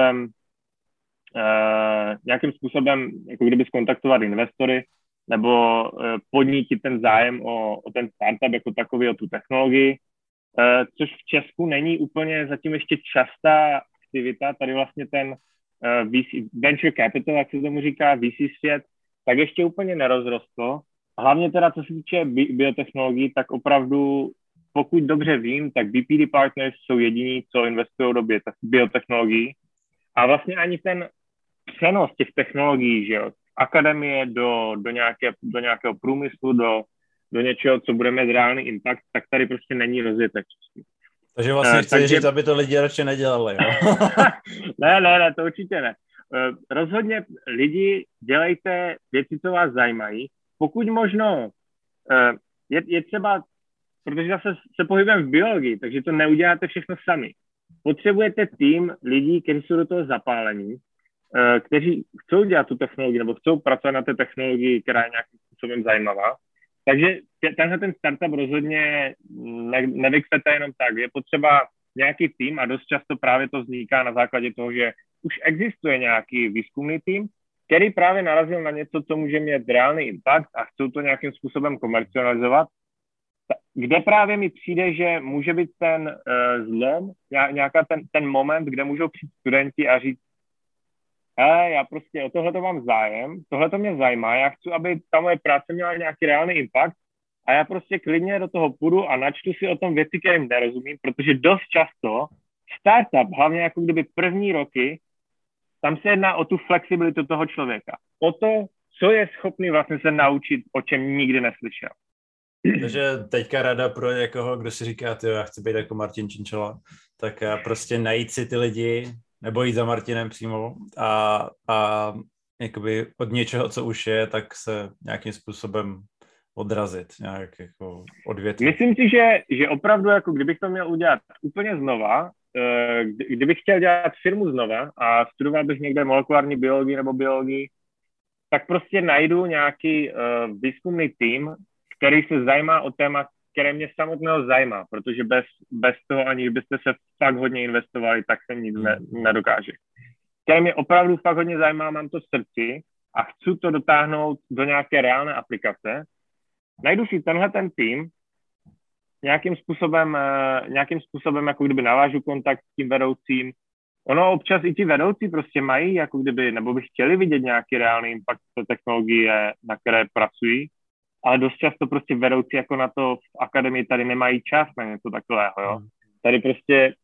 způsobem jako kdyby skontaktovat investory nebo podnítit ten zájem o ten startup jako takový, o tu technologii, což v Česku není úplně zatím ještě častá aktivita. Tady vlastně ten venture capital, jak se tomu říká, VC svět, tak ještě úplně nerozrostlo. Hlavně teda, co se týče biotechnologií, tak opravdu, pokud dobře vím, tak BPD Partners jsou jediní, co investují do biotechnologií. A vlastně ani ten přenos těch technologií, že jo, z akademie do nějakého průmyslu, do něčeho, co bude mít reálný impact, tak tady prostě není rozjeté český. Takže vlastně chci říct, aby to lidi radši nedělali, jo? Ne, to určitě ne. Rozhodně lidi, dělejte věci, co vás zajímají. Pokud možno, je třeba, protože zase se pohybujeme v biologii, takže to neuděláte všechno sami. Potřebujete tým lidí, kteří jsou do toho zapálení, kteří chcou dělat tu technologii nebo chcou pracovat na té technologii, která je nějakým způsobem zajímavá. Takže tenhle ten startup rozhodně nevykvete jenom tak. Je potřeba nějaký tým a dost často právě to vzniká na základě toho, že už existuje nějaký výzkumný tým, který právě narazil na něco, co může mít reálný impact a chcou to nějakým způsobem komercializovat, kde právě mi přijde, že může být ten zlom, nějaká ten moment, kde můžou přijít studenti a říct, já prostě o tohle to mám zájem, tohle to mě zajímá, já chci, aby ta moje práce měla nějaký reálný impact a já prostě klidně do toho půjdu a načtu si o tom věci, kterým nerozumím, protože dost často startup, hlavně jako kdyby první roky, tam se jedná o tu flexibilitu toho člověka. O to, co je schopný vlastně se naučit, o čem nikdy neslyšel. Takže teďka rada pro někoho, kdo si říká, já chci být jako Martin Činčela, tak prostě najít si ty lidi, nebo jít za Martinem přímo a jakoby od něčeho, co už je, tak se nějakým způsobem odrazit, nějak jako odvětví. Myslím si, že opravdu, jako kdybych to měl udělat úplně znova, kdybych chtěl dělat firmu znova a studoval bych někde molekulární biologii nebo biologii, tak prostě najdu nějaký výzkumný tým, který se zajímá o téma, které mě samotného zajímá, protože bez toho, aniž byste se fakt hodně investovali, tak se nic nedokáže. Které mě opravdu fakt hodně zajímá, mám to v srdci a chci to dotáhnout do nějaké reálné aplikace. Najdu si tenhle ten tým, nějakým způsobem jako kdyby navážu kontakt s tím vedoucím. Ono občas i ti vedoucí prostě mají, jako kdyby, nebo by chtěli vidět nějaký reálný impact té technologie, na které pracují, ale dost často prostě vedoucí jako na to v akademii tady nemají čas na něco takového, jo. Tady prostě,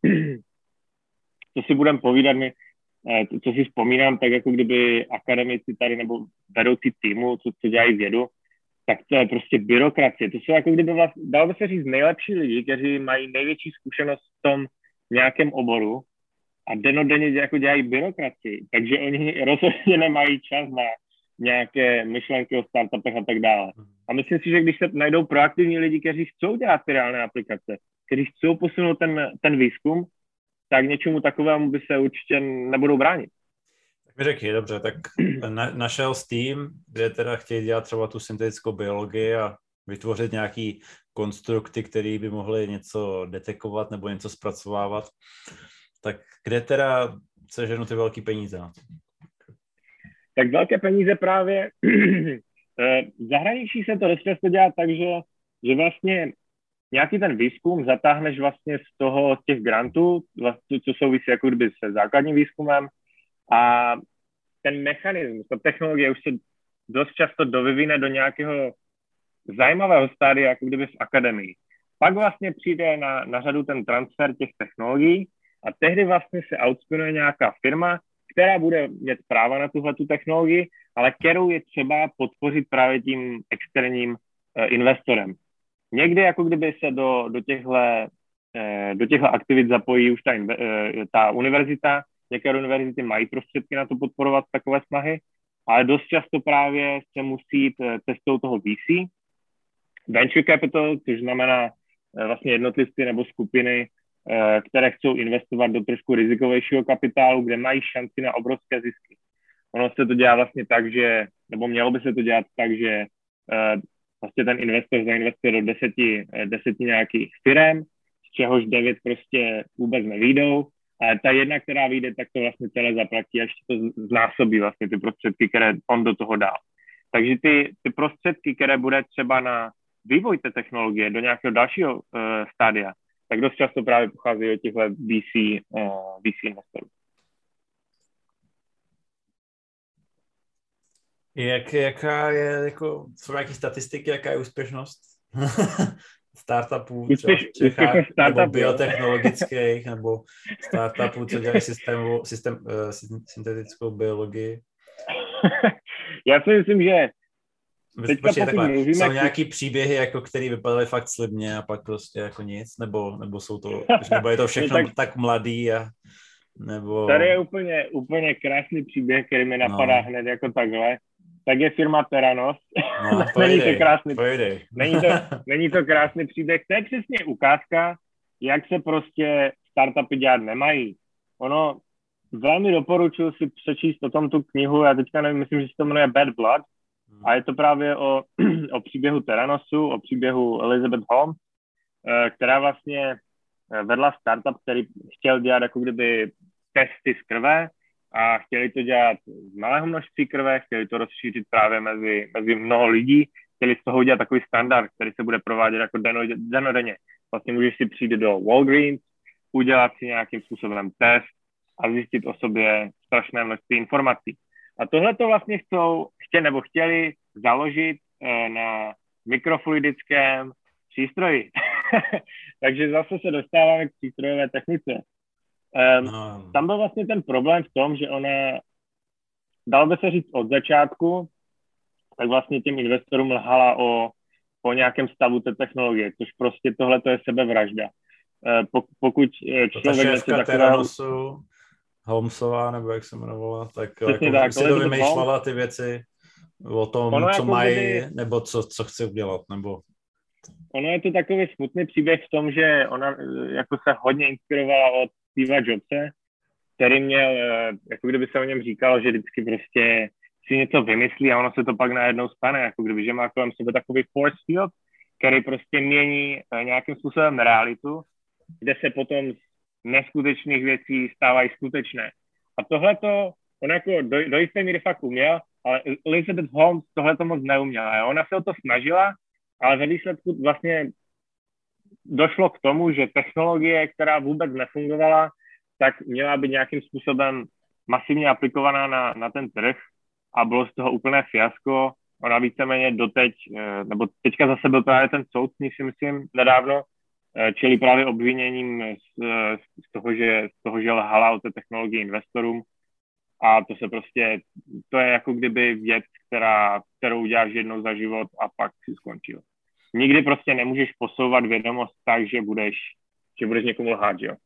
co si budeme povídat, co si vzpomínám, tak jako kdyby akademici tady nebo vedoucí týmu, co dělají vědu, tak to je prostě byrokracie. To jsou jako kdyby dalo by se říct nejlepší lidi, kteří mají největší zkušenost v tom nějakém oboru a dennodenně jako dělají byrokracii. Takže oni rozhodně nemají čas na nějaké myšlenky o startupech a tak dále. A myslím si, že když se najdou proaktivní lidi, kteří chcou dělat ty reálné aplikace, kteří chcou posunout ten výzkum, tak něčemu takovému by se určitě nebudou bránit. Řekni, dobře, tak našel Steam, kde teda chtějí dělat třeba tu syntetickou biologii a vytvořit nějaký konstrukty, které by mohly něco detekovat nebo něco zpracovávat. Tak kde teda seženu ty velké peníze na to? Tak velké peníze právě v zahraničí se to dost často dělá tak, že vlastně nějaký ten výzkum zatáhneš vlastně z těch grantů, vlastně, co souvisí jako kdyby se základním výzkumem, a ten mechanismus, ta technologie už se dost často dovyvine do nějakého zajímavého stádia, jako kdyby v akademii. Pak vlastně přijde na řadu ten transfer těch technologií a tehdy vlastně se outspinuje nějaká firma, která bude mít práva na tuhletu technologii, ale kterou je třeba podpořit právě tím externím investorem. Někdy jako kdyby se do těchto aktivit zapojí už ta univerzita. Některé univerzity mají prostředky na to podporovat takové snahy, ale dost často právě se musí jít cestou toho VC, Venture Capital, což znamená vlastně jednotlivci nebo skupiny, které chcou investovat do trošku rizikovějšího kapitálu, kde mají šanci na obrovské zisky. Ono se to dělá vlastně tak, nebo mělo by se to dělat tak, že vlastně ten investor zainvestuje do 10 nějakých firem, z čehož 9 prostě vůbec nevyjdou, ale ta jedna, která vyjde, tak to vlastně celé zaplatí a ještě to znásobí vlastně ty prostředky, které on do toho dá. Takže ty prostředky, které bude třeba na vývoj té technologie do nějakého dalšího stádia, tak dost často právě pocházejí od těchto VC investorů. Jaká je, jako, jsou nějaké statistiky, jaká je úspěšnost startupů v Čechách, nebo biotechnologických, nebo startupů, co dělají syntetickou biologii? Já si myslím, že jsou nějaký příběhy, jako, který vypadaly fakt slibně a pak prostě jako nic, nebo jsou to, nebo je to všechno tak mladý a nebo... Tady je úplně krásný příběh, který mi napadá hned jako takhle. Tak je firma Theranos. No, není to krásný příběh. To je přesně ukázka, jak se prostě startupy dělat nemají. Ono, velmi doporučuji si přečíst o tom tu knihu, já teďka nevím, myslím, že se to jmenuje Bad Blood, a je to právě o příběhu Theranosu, o příběhu Elizabeth Holmes, která vlastně vedla startup, který chtěl dělat jako kdyby testy z krve a chtěli to dělat z malého množství krve, chtěli to rozšířit právě mezi mnoho lidí, chtěli z toho udělat takový standard, který se bude provádět jako denodenně. Vlastně můžeš si přijít do Walgreens, udělat si nějakým způsobem test a zjistit o sobě strašné množství informací. A tohle to vlastně chtěli založit na mikrofluidickém přístroji. Takže zase se dostáváme k přístrojové technice. Tam byl vlastně ten problém v tom, že ona, dalo by se říct od začátku, tak vlastně těm investorům lhala o nějakém stavu té technologie, což prostě tohle to je sebevražda. Pokud člověk něco takového... Holmesová, nebo jak se jmenovala, tak jako si to vymýšlela ty věci o tom, co jako mají, nebo co chce udělat, nebo... Ono je to takový smutný příběh v tom, že ona jako se hodně inspirovala od Steva Jobse, který měl, jako kdyby se o něm říkalo, že vždycky prostě si něco vymyslí a ono se to pak najednou stane, jako kdyby, že má kolem sebe takový force field, který prostě mění nějakým způsobem realitu, kde se potom z neskutečných věcí stávají skutečné. A tohleto, on jako do jisté míry fakt uměl, ale Elizabeth Holmes tohleto moc neuměla. Ona se o to snažila, ale ve výsledku vlastně došlo k tomu, že technologie, která vůbec nefungovala, tak měla být nějakým způsobem masivně aplikovaná na ten trh a bylo z toho úplné fiasko. Ona víceméně doteď, nebo teďka zase byl právě ten soud, si myslím, nedávno, čili právě obviněním z toho, že lhala o té technologii investorům. A to je jako kdyby věc, kterou uděláš jednou za život a pak si skončil. Nikdy prostě nemůžeš posouvat vědomost tak, že budeš někomu lhát, jo.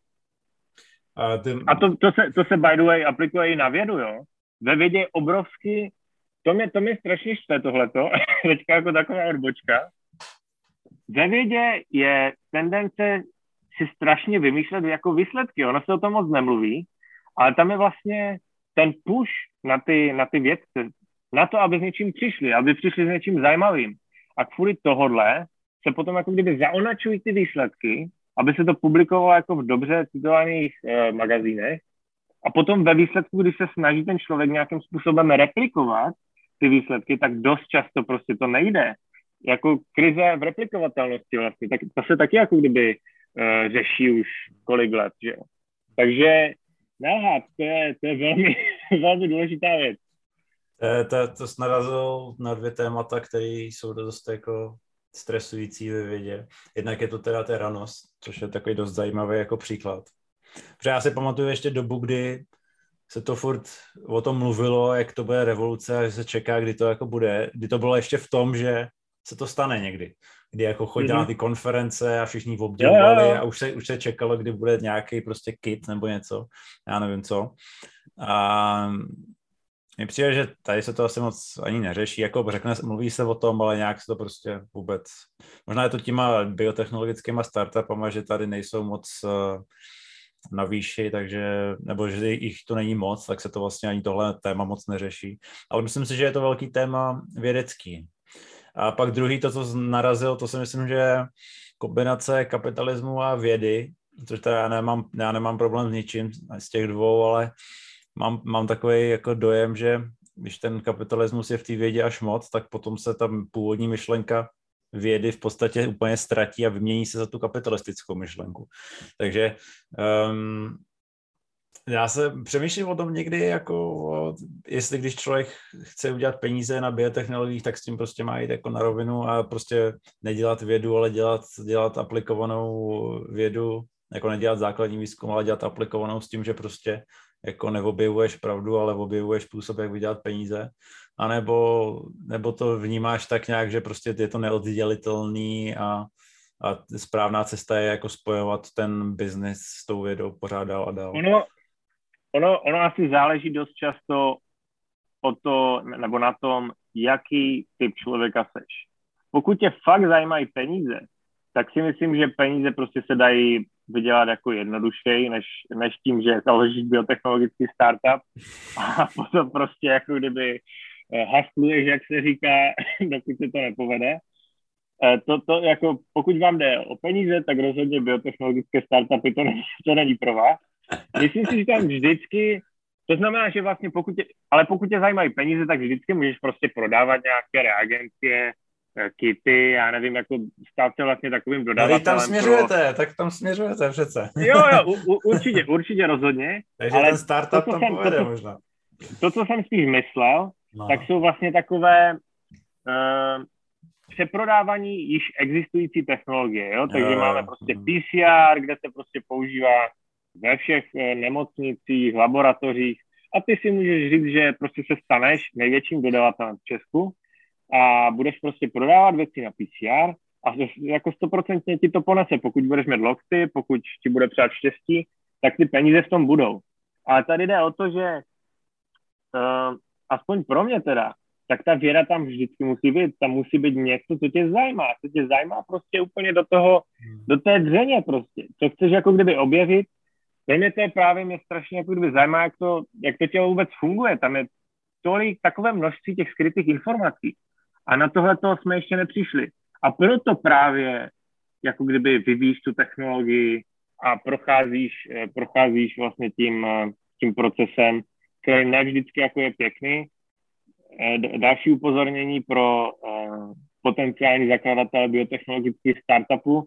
A to se by the way aplikuje i na vědu, jo. Ve vědě je obrovský, to mě strašně štve tohleto, teďka jako taková odbočka. Ve vědě je tendence si strašně vymýšlet jako výsledky, ono se o tom moc nemluví, ale tam je vlastně ten push na ty vědce, na to, aby s něčím přišli, aby přišli s něčím zajímavým. A kvůli tohodle se potom jako kdyby zaonačují ty výsledky, aby se to publikovalo jako v dobře citovaných magazínech. A potom ve výsledku, když se snaží ten člověk nějakým způsobem replikovat ty výsledky, tak dost často prostě to nejde. Jako krize v replikovatelnosti vlastně, tak to se taky jako kdyby řeší už kolik let, že jo. Takže nelhát, to je velmi, velmi důležitá věc. To jsi narazil na 2 témata, které jsou dost jako stresující ve vědě. Jednak je to teda ta ranost, což je takový dost zajímavý jako příklad. Protože já si pamatuju ještě dobu, kdy se to furt o tom mluvilo, jak to bude revoluce a že se čeká, kdy to jako bude. Kdy to bylo ještě v tom, že se to stane někdy. Kdy jako chodila na ty konference a všichni obdivovali a už se čekalo, kdy bude nějaký prostě kit nebo něco. Já nevím co. A mně přijde, že tady se to asi moc ani neřeší, jako mluví se o tom, ale nějak se to prostě vůbec, možná je to těma biotechnologickýma startupama, že tady nejsou moc na výši, takže, nebo že jich to není moc, tak se to vlastně ani tohle téma moc neřeší. Ale myslím si, že je to velký téma vědecký. A pak druhý, to, co narazil, to si myslím, že je kombinace kapitalismu a vědy, což teda já nemám problém s ničím z těch dvou, ale mám takový jako dojem, že když ten kapitalismus je v té vědě až moc, tak potom se tam původní myšlenka vědy v podstatě úplně ztratí a vymění se za tu kapitalistickou myšlenku. Takže já se přemýšlím o tom někdy, jako jestli když člověk chce udělat peníze na biotechnologiích, tak s tím prostě má jít jako na rovinu a prostě nedělat vědu, ale dělat aplikovanou vědu, jako nedělat základní výzkum, ale dělat aplikovanou s tím, že prostě jako neobjevuješ pravdu, ale objevuješ způsob, jak vydělat peníze. A nebo to vnímáš tak nějak, že prostě je to neoddělitelný a správná cesta je jako spojovat ten biznis s tou vědou pořád dál a dál. Ono asi záleží dost často o to, nebo na tom, jaký typ člověka seš. Pokud tě fakt zajímají peníze, tak si myslím, že peníze prostě se dají vydělat jako jednodušeji, než tím, že založíš biotechnologický startup a potom prostě jako kdyby hasluješ, jak se říká, dokud se to nepovede. To jako, pokud vám jde o peníze, tak rozhodně biotechnologické startupy to není pro vás. Myslím si, že tam vždycky, to znamená, že vlastně pokud tě zajímají peníze, tak vždycky můžeš prostě prodávat nějaké reagencie, kity, já nevím, jako stát se vlastně takovým dodavatelem. Tak tam směřujete přece. Jo, určitě rozhodně. Takže ale ten startup tam povede možná. To, co jsem spíš myslel, tak jsou vlastně takové přeprodávání již existující technologie, jo? Takže máme prostě PCR, kde se prostě používá ve všech nemocnicích, laboratořích a ty si můžeš říct, že prostě se staneš největším dodavatelem v Česku a budeš prostě prodávat věci na PCR a jako 100% ti to ponese, pokud budeš mít lokty, pokud ti bude přát štěstí, tak ty peníze v tom budou. Ale tady jde o to, že aspoň pro mě teda, tak ta věda tam vždycky musí být, tam musí být něco, co tě zajímá prostě úplně do té dřeně prostě, co chceš jako kdyby objevit. Mě to je právě mě strašně jako kdyby zajímá, jak to tělo vůbec funguje, tam je takové množství těch skrytých informací a na tohle toho jsme ještě nepřišli. A proto právě jako kdyby vyvíjíš tu technologii a procházíš vlastně tím procesem, který ne vždycky jako je pěkný. Další upozornění pro potenciální zakladatele biotechnologických startupů.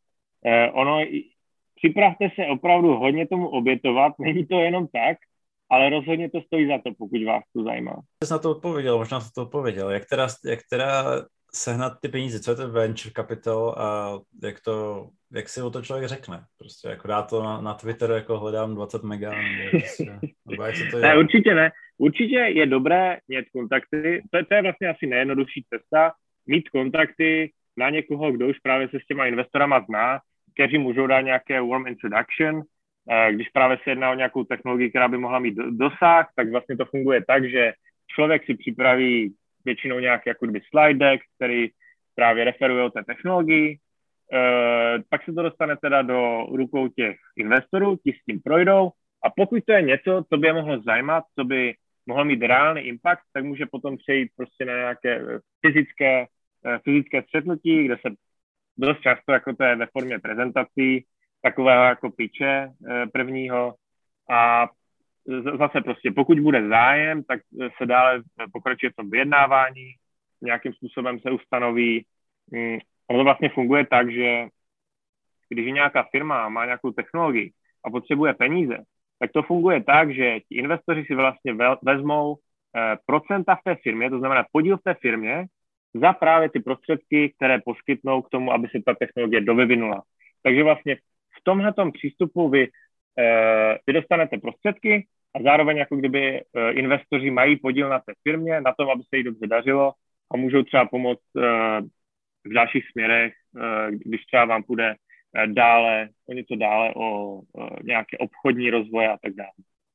Připravte se opravdu hodně tomu obětovat, není to jenom tak, ale rozhodně to stojí za to, pokud vás to zajímá. Jsi na to odpověděl, možná jsi to odpověděl. Jak teda sehnat ty peníze, co je to venture capital a jak si o to člověk řekne? Prostě jako dá to na Twitter, jako hledám 20 mega, nebo jak se to dělá? Ne, určitě ne. Určitě je dobré mít kontakty, to je vlastně asi nejjednodušší cesta, mít kontakty na někoho, kdo už právě se s těma investorama zná, kteří můžou dát nějaké warm introduction, když právě se jedná o nějakou technologii, která by mohla mít dosah, tak vlastně to funguje tak, že člověk si připraví většinou nějaký jako kdyby slide deck, který právě referuje o té technologii, pak se to dostane teda do rukou těch investorů, ti s tím projdou A pokud to je něco, co by je mohlo zajímat, co by mohlo mít reálný impact, tak může potom přejít prostě na nějaké fyzické střetnutí, kde se dost často, jako to je ve formě prezentací, takového jako pitche prvního. A zase prostě, pokud bude zájem, tak se dále pokračuje v tom vyjednávání, nějakým způsobem se ustanoví. Ono to vlastně funguje tak, že když je nějaká firma má nějakou technologii a potřebuje peníze, tak to funguje tak, že ti investoři si vlastně vezmou procenta v té firmě, to znamená podíl v té firmě, za právě ty prostředky, které poskytnou k tomu, aby se ta technologie dovyvinula. Takže vlastně v tomhletom přístupu vy dostanete prostředky a zároveň jako kdyby investoři mají podíl na té firmě, na tom, aby se jí dobře dařilo a můžou třeba pomoct v dalších směrech, když třeba vám půjde o něco dále, o nějaké obchodní rozvoje a tak dále.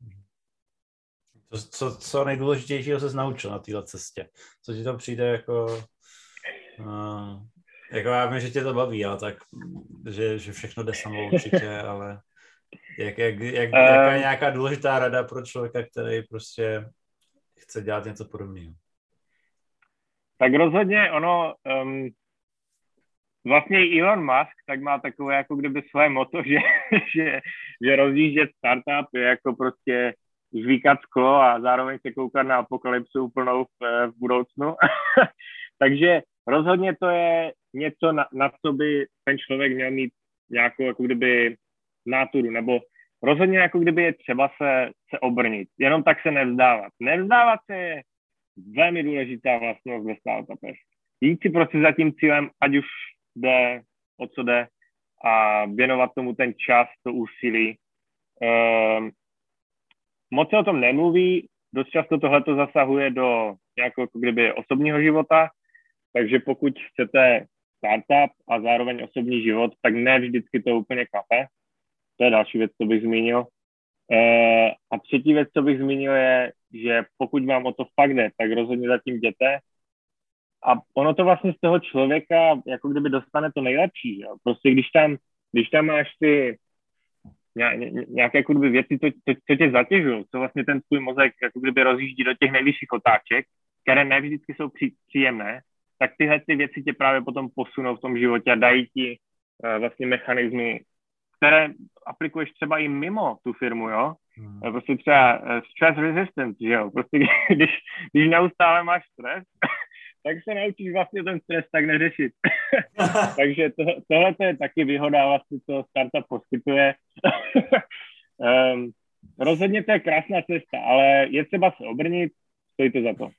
Co nejdůležitějšího se naučil na této cestě? Co ti to přijde jako já vím, že tě to baví, ale tak, že všechno jde samo určitě, ale jaká je nějaká důležitá rada pro člověka, který prostě chce dělat něco podobného? Tak rozhodně ono, vlastně Elon Musk tak má takové jako kdyby své motto, že rozjíždět startup je jako prostě žvíkat sklo a zároveň se koukat na apokalypsu úplnou v budoucnu. Takže rozhodně to je něco, na co by ten člověk měl mít nějakou jako kdyby náturu, nebo rozhodně jako kdyby je třeba se obrnit. Jenom tak se nevzdávat. Nevzdávat se je velmi důležitá vlastnost ve startupech. Jít si prostě za tím cílem, ať už jde, o co jde, a věnovat tomu ten čas, to úsilí. Moc se o tom nemluví, dost často tohleto zasahuje do nějakého jako kdyby osobního života, takže pokud chcete startup a zároveň osobní život, tak ne vždycky to úplně klape. To je další věc, co bych zmínil. A třetí věc, co bych zmínil, je, že pokud vám o to fakt jde, tak rozhodně zatím jděte. A ono to vlastně z toho člověka jako kdyby dostane to nejlepší. Jo? Prostě když tam máš ty nějaké jako kdyby věci, co tě zatěžují, co vlastně ten tvůj mozek jako kdyby rozjíždí do těch nejvyšších otáček, které ne vždycky jsou příjemné, tak tyhle ty věci tě právě potom posunou v tom životě a dají ti vlastně mechanismy, které aplikuješ třeba i mimo tu firmu, jo. Prostě třeba stress resistance, že jo. Prostě když neustále máš stres, tak se naučíš vlastně ten stres tak neřešit. Takže tohle je taky výhoda vlastně, co startup poskytuje. Rozhodně to je krásná cesta, ale je třeba se obrnit, stojí to za to.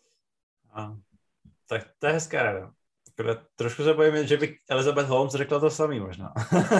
Tak to je hezká rada. Trošku se bojím, že by Elizabeth Holmes řekla to samý možná.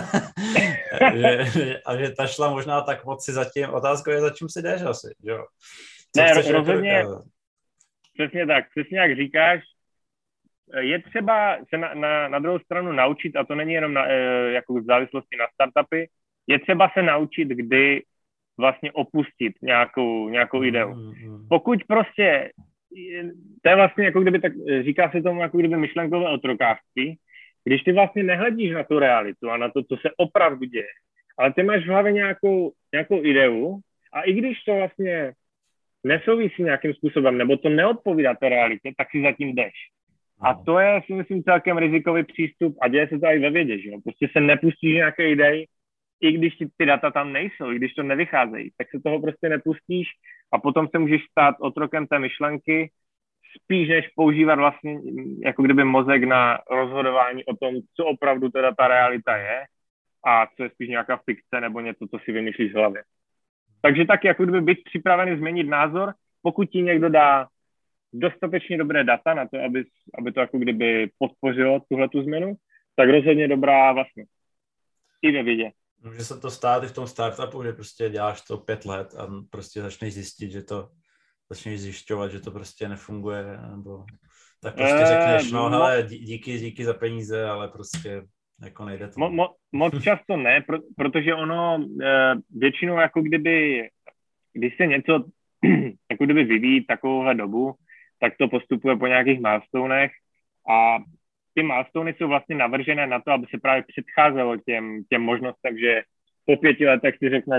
že ta šla možná tak moc si zatím. Otázka je, za čím si jdeš asi, jo? Rozhodně, přesně tak, přesně jak říkáš, je třeba se na druhou stranu naučit, a to není jenom jako v závislosti na startupy, je třeba se naučit, kdy vlastně opustit nějakou ideu. Pokud prostě to je vlastně jako kdyby, tak říká se tomu jako kdyby myšlenkové otrokářství, když ty vlastně nehledíš na tu realitu a na to, co se opravdu děje, ale ty máš v hlavě nějakou ideu a i když to vlastně nesouvisí nějakým způsobem, nebo to neodpovídá té realitě, tak si zatím jdeš. A to je, si myslím, celkem rizikový přístup a děje se to i ve vědě, že jo? Prostě se nepustíš nějaké idei, i když ty data tam nejsou, i když to nevycházejí, tak se toho prostě nepustíš a potom se můžeš stát otrokem té myšlenky, spíš než používat vlastně jako kdyby mozek na rozhodování o tom, co opravdu teda ta realita je a co je spíš nějaká fikce nebo něco, co si vymýšlíš v hlavě. Takže tak jako kdyby být připravený změnit názor, pokud ti někdo dá dostatečně dobré data na to, aby to jako kdyby podpořilo tuhletu změnu, tak rozhodně dobrá vlastně i ve vědě. Může se to stát i v tom startupu, že prostě děláš to 5 let a prostě začneš zjišťovat, že to prostě nefunguje, nebo tak prostě řekneš, no hele, díky za peníze, ale prostě jako nejde to. Moc často ne, protože ono většinou jako kdyby, když se něco jako kdyby vyvíjí takovouhle dobu, tak to postupuje po nějakých milestonech a ty milestony jsou vlastně navržené na to, aby se právě předcházelo těm možnostem, že po 5 letech si řekneš,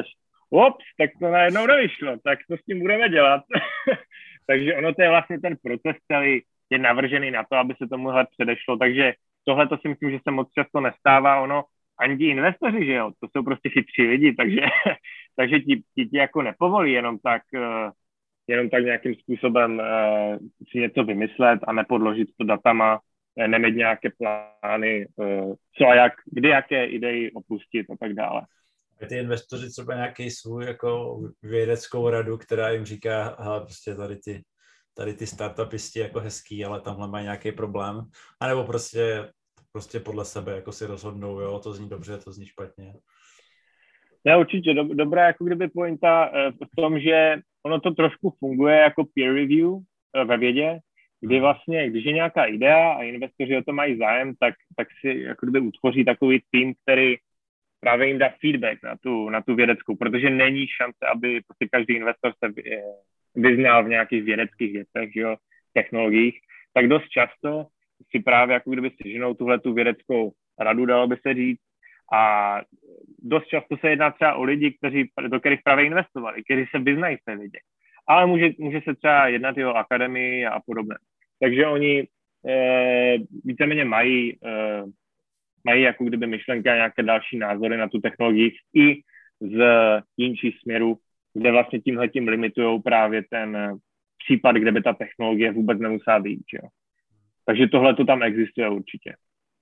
Ops, tak to najednou nevyšlo, tak to s tím budeme dělat. Takže ono to je vlastně ten proces celý je navržený na to, aby se tomuhle předešlo, takže tohle to si myslím, že se moc často nestává, ono ani ti investoři, že jo, to jsou prostě chytří lidi, takže, takže ti jako nepovolí jenom tak nějakým způsobem si něco vymyslet a nepodložit to datama, nemít nějaké plány, co a jak, kdy jaké idei opustit a tak dále. A ty investoři třeba nějaký svůj jako vědeckou radu, která jim říká, hele, prostě tady ty startupisti jako hezký, ale tamhle mají nějaký problém, anebo prostě podle sebe jako si rozhodnou, jo, to zní dobře, to zní špatně. Ne, určitě dobrá jako kdyby pointa v tom, že ono to trošku funguje jako peer review ve vědě, kdy vlastně, když je nějaká idea a investoři o to mají zájem, tak si jako kdyby utvoří takový tým, který právě jim dá feedback na tu vědeckou, protože není šance, aby prostě každý investor se vyznal v nějakých vědeckých věcech, že jo, technologiích, tak dost často si právě jako kdyby si ženou tuhle tu vědeckou radu, dalo by se říct, a dost často se jedná třeba o lidi, do kterých právě investovali, kteří se vyznají v té vědě. Ale může se třeba jednat i o akademii a podobně. Takže oni víceméně mají jako kdyby myšlenky a nějaké další názory na tu technologii i z jinčích směrů, kde vlastně tímhletím limitujou právě ten případ, kde by ta technologie vůbec nemusela být. Jo. Takže tohle to tam existuje určitě.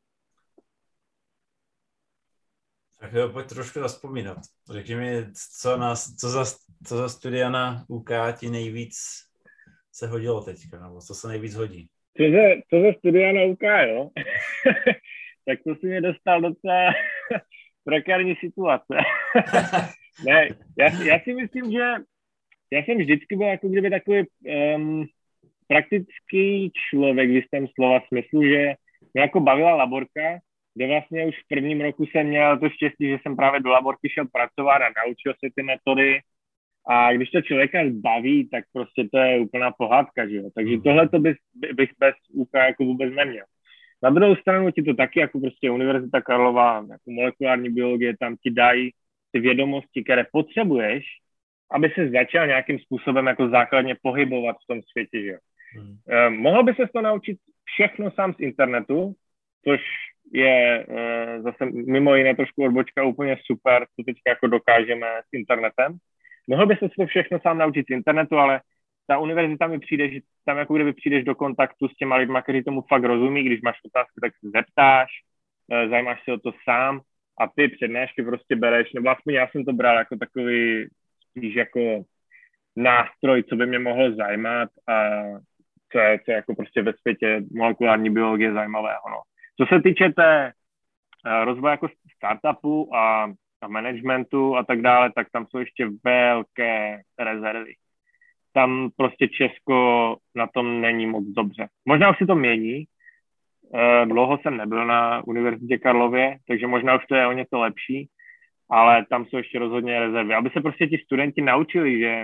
Tak jo, pojď trošku zavzpomínat. Řekni mi, co za studia na UK ti nejvíc se hodilo teďka, nebo co se nejvíc hodí? Co za studia na UK, jo? Tak to si mě dostal docela prekární situace. Ne, já si myslím, že já jsem vždycky byl jako kdyby takový praktický člověk v jistém slova smyslu, že mě jako bavila laborka, kde vlastně už v prvním roku jsem měl to štěstí, že jsem právě do laborky šel pracovat a naučil se ty metody. A když to člověka baví, tak prostě to je úplná pohádka, že jo. Takže tohle to bych bez UK jako vůbec neměl. Na druhou stranu ti to taky, jako prostě Univerzita Karlova, jako molekulární biologie, tam ti dají ty vědomosti, které potřebuješ, aby se začal nějakým způsobem jako základně pohybovat v tom světě, že jo. Mohl by se to naučit všechno sám z internetu, což je zase mimo jiné trošku odbočka úplně super, co teďka jako dokážeme s internetem. Mohl by se to všechno sám naučit z internetu, ale ta univerzita mi přijde, že tam jako kdyby přijdeš do kontaktu s těma lidma, kteří tomu fakt rozumí, když máš otázky, tak se zeptáš, zajímáš se o to sám a ty přednášky prostě bereš, nebo aspoň já jsem to bral jako takový spíš jako nástroj, co by mě mohlo zajímat a co je jako prostě ve světě molekulární biologie zajímavého. No. Co se týče té rozvoje jako startupu a managementu a tak dále, tak tam jsou ještě velké rezervy. Tam prostě Česko na tom není moc dobře. Možná už si to mění. Dlouho jsem nebyl na Univerzitě Karlově, takže možná už to je o něco lepší, ale tam jsou ještě rozhodně rezervy. Aby se prostě ti studenti naučili, že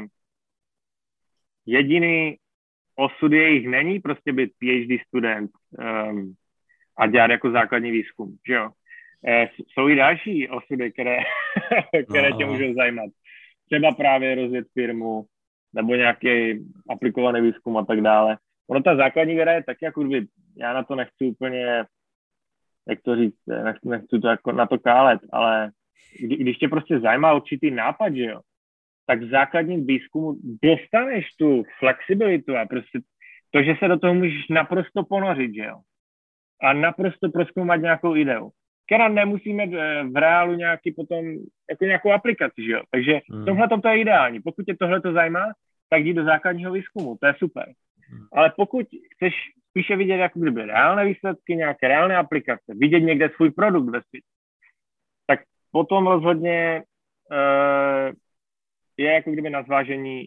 jediný osud jejich není prostě být PhD student a dělat jako základní výzkum, že jo. Jsou i další osudy, které tě můžou zajímat. Třeba právě rozjet firmu, nebo nějaký aplikovaný výzkum a tak dále. Ono ta základní věda je tak, jako kdyby, já na to nechci úplně, jak to říct, nechci to jako na to kálet, ale když tě prostě zajímá určitý nápad, že jo, tak v základním výzkumu dostaneš tu flexibilitu a prostě to, že se do toho můžeš naprosto ponořit, že jo, a naprosto prozkoumat nějakou ideu, která nemusíme v reálu nějakou aplikaci, že jo. Takže tohle to je ideální. Pokud tě tohle to zajímá, tak jdi do základního výzkumu, to je super. Ale pokud chceš spíše vidět jako kdyby reálné výsledky, nějaké reálné aplikace, vidět někde svůj produkt ve světě, tak potom rozhodně je jako kdyby na zvážení,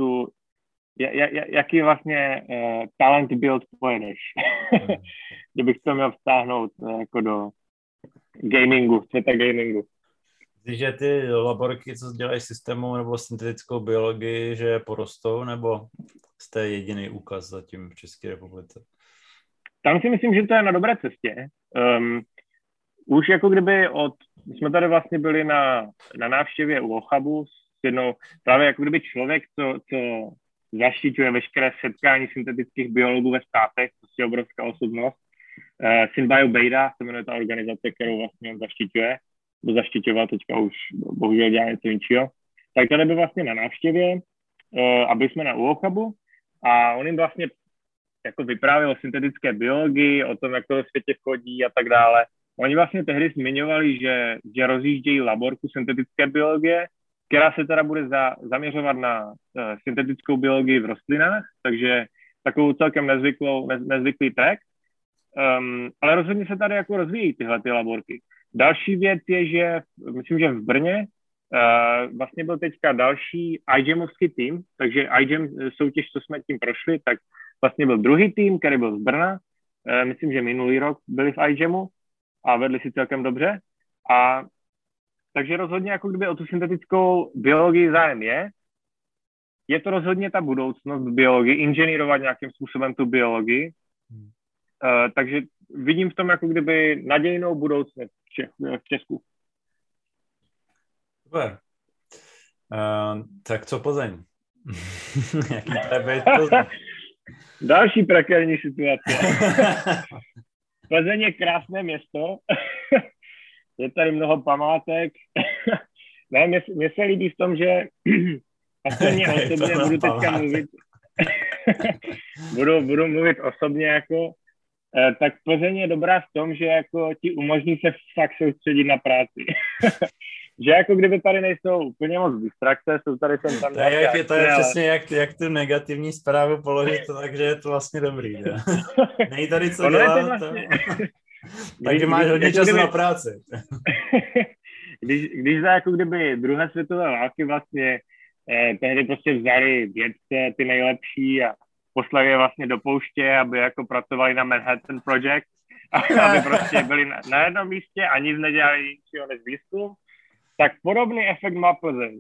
jaký vlastně talent build pojedeš. Kdybych to měl vztáhnout jako do gamingu, světa gamingu. Myslíš, že ty laborky, co dělají systémovou nebo syntetickou biologii, že porostou, nebo jste jediný úkaz zatím v České republice? Tam si myslím, že to je na dobré cestě. Už jako kdyby my jsme tady vlastně byli na návštěvě u OCHABu jednou právě jako kdyby člověk, co zaštiťuje veškeré setkání syntetických biologů ve státech, prostě obrovská osobnost. Synbio Beta se jmenuje ta organizace, kterou vlastně on zaštiťuje, nebo zaštiťoval, teďka už bohužel dělá něco jiného. Tak tady byl vlastně na návštěvě, aby jsme na UOCHABu a on jim vlastně jako vyprávěl o syntetické biologii, o tom, jak to ve světě chodí a tak dále. Oni vlastně tehdy zmiňovali, že rozjíždějí laborku syntetické biologie, která se teda bude zaměřovat na syntetickou biologii v rostlinách, takže takovou celkem nezvyklý track. Ale rozhodně se tady jako rozvíjí tyhle ty laborky. Další věc je, že myslím, že v Brně vlastně byl teďka další iGEMovský tým, takže iGEM soutěž, co jsme tím prošli, tak vlastně byl druhý tým, který byl z Brna. Myslím, že minulý rok byli v iGEMu a vedli si celkem dobře. A takže rozhodně jako kdyby o tu syntetickou biologii zájem je. Je to rozhodně ta budoucnost v biologii, inženýrovat nějakým způsobem tu biologii. Takže vidím v tom jako kdyby nadějnou budoucnost v Česku. Super. Tak co Plzeň? Jaký to být Plzeň? Další prekérní situace. Plzeň je krásné město. Je tady mnoho památek. Ne, mně se líbí v tom, že osobně budu teďka mluvit. budu mluvit osobně jako, tak Plzeň je dobrá v tom, že jako ti umožní se fakt soustředit na práci. Že jako kdyby tady nejsou úplně moc distrakce, jsou tady sem tam nějaké to je přesně jak tu negativní zprávu položit, takže je to vlastně dobrý. Ne? Nej tady co dělat. Vlastně... Takže máš hodně času na práci. Když za jako kdyby druhé světové války vlastně tehdy prostě vzali vědce ty nejlepší a poslali je vlastně do pouště, aby jako pracovali na Manhattan Project, aby prostě byli na jednom místě a nic nedělali ničeho než výzkum, tak podobný efekt má Plzeň.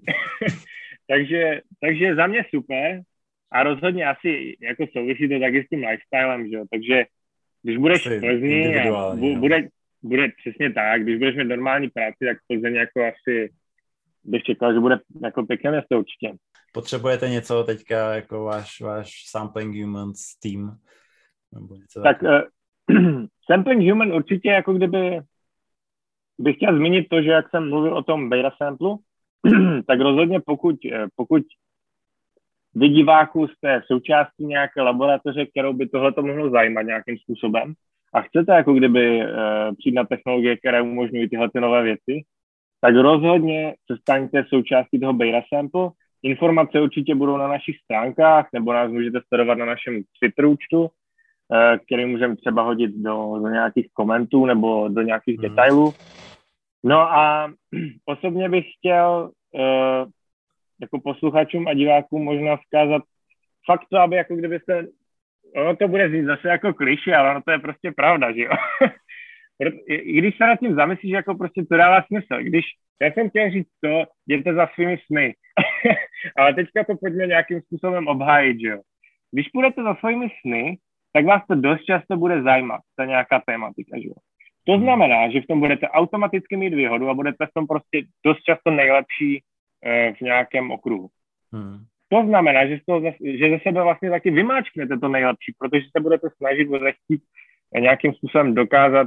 takže za mě super a rozhodně asi jako souvisí to taky s tím lifestylem, že jo, takže když budeš v Plzni a bude přesně tak, když budeš mít normální práci, tak Plzeň jako asi bych čekal, že bude jako pěkné město určitě. Potřebujete něco teďka jako váš Sampling Humans tým? Nebo něco tak Sampling Human určitě jako kdyby bych chtěl zmínit to, že jak jsem mluvil o tom beta samplu, tak rozhodně pokud vy diváků jste součástí nějaké laboratoře, kterou by tohleto mohlo zajímat nějakým způsobem a chcete jako kdyby přijít na technologie, které umožňují tyhle nové věci, tak rozhodně se staňte součástí toho beta sample. Informace určitě budou na našich stránkách, nebo nás můžete sledovat na našem Twitter účtu, který můžeme třeba hodit do nějakých komentů nebo do nějakých detailů. No a osobně bych chtěl jako posluchačům a divákům možná vzkázat fakt to, aby jako kdyby se, ono to bude znít zase jako klišé, ale ono to je prostě pravda, že jo. I když se nad tím zamyslíš, jako prostě to dává smysl. Když já jsem chtěl říct to, jděte za svými sny. Ale teďka to pojďme nějakým způsobem obhájit, že jo. Když půjdete za svými sny, tak vás to dost často bude zajímat, ta nějaká tématika, že jo. To znamená, že v tom budete automaticky mít výhodu a budete v tom prostě dost často nejlepší v nějakém okruhu. To znamená, že ze sebe vlastně taky vymáčknete to nejlepší, protože se budete snažit chtít nějakým způsobem dokázat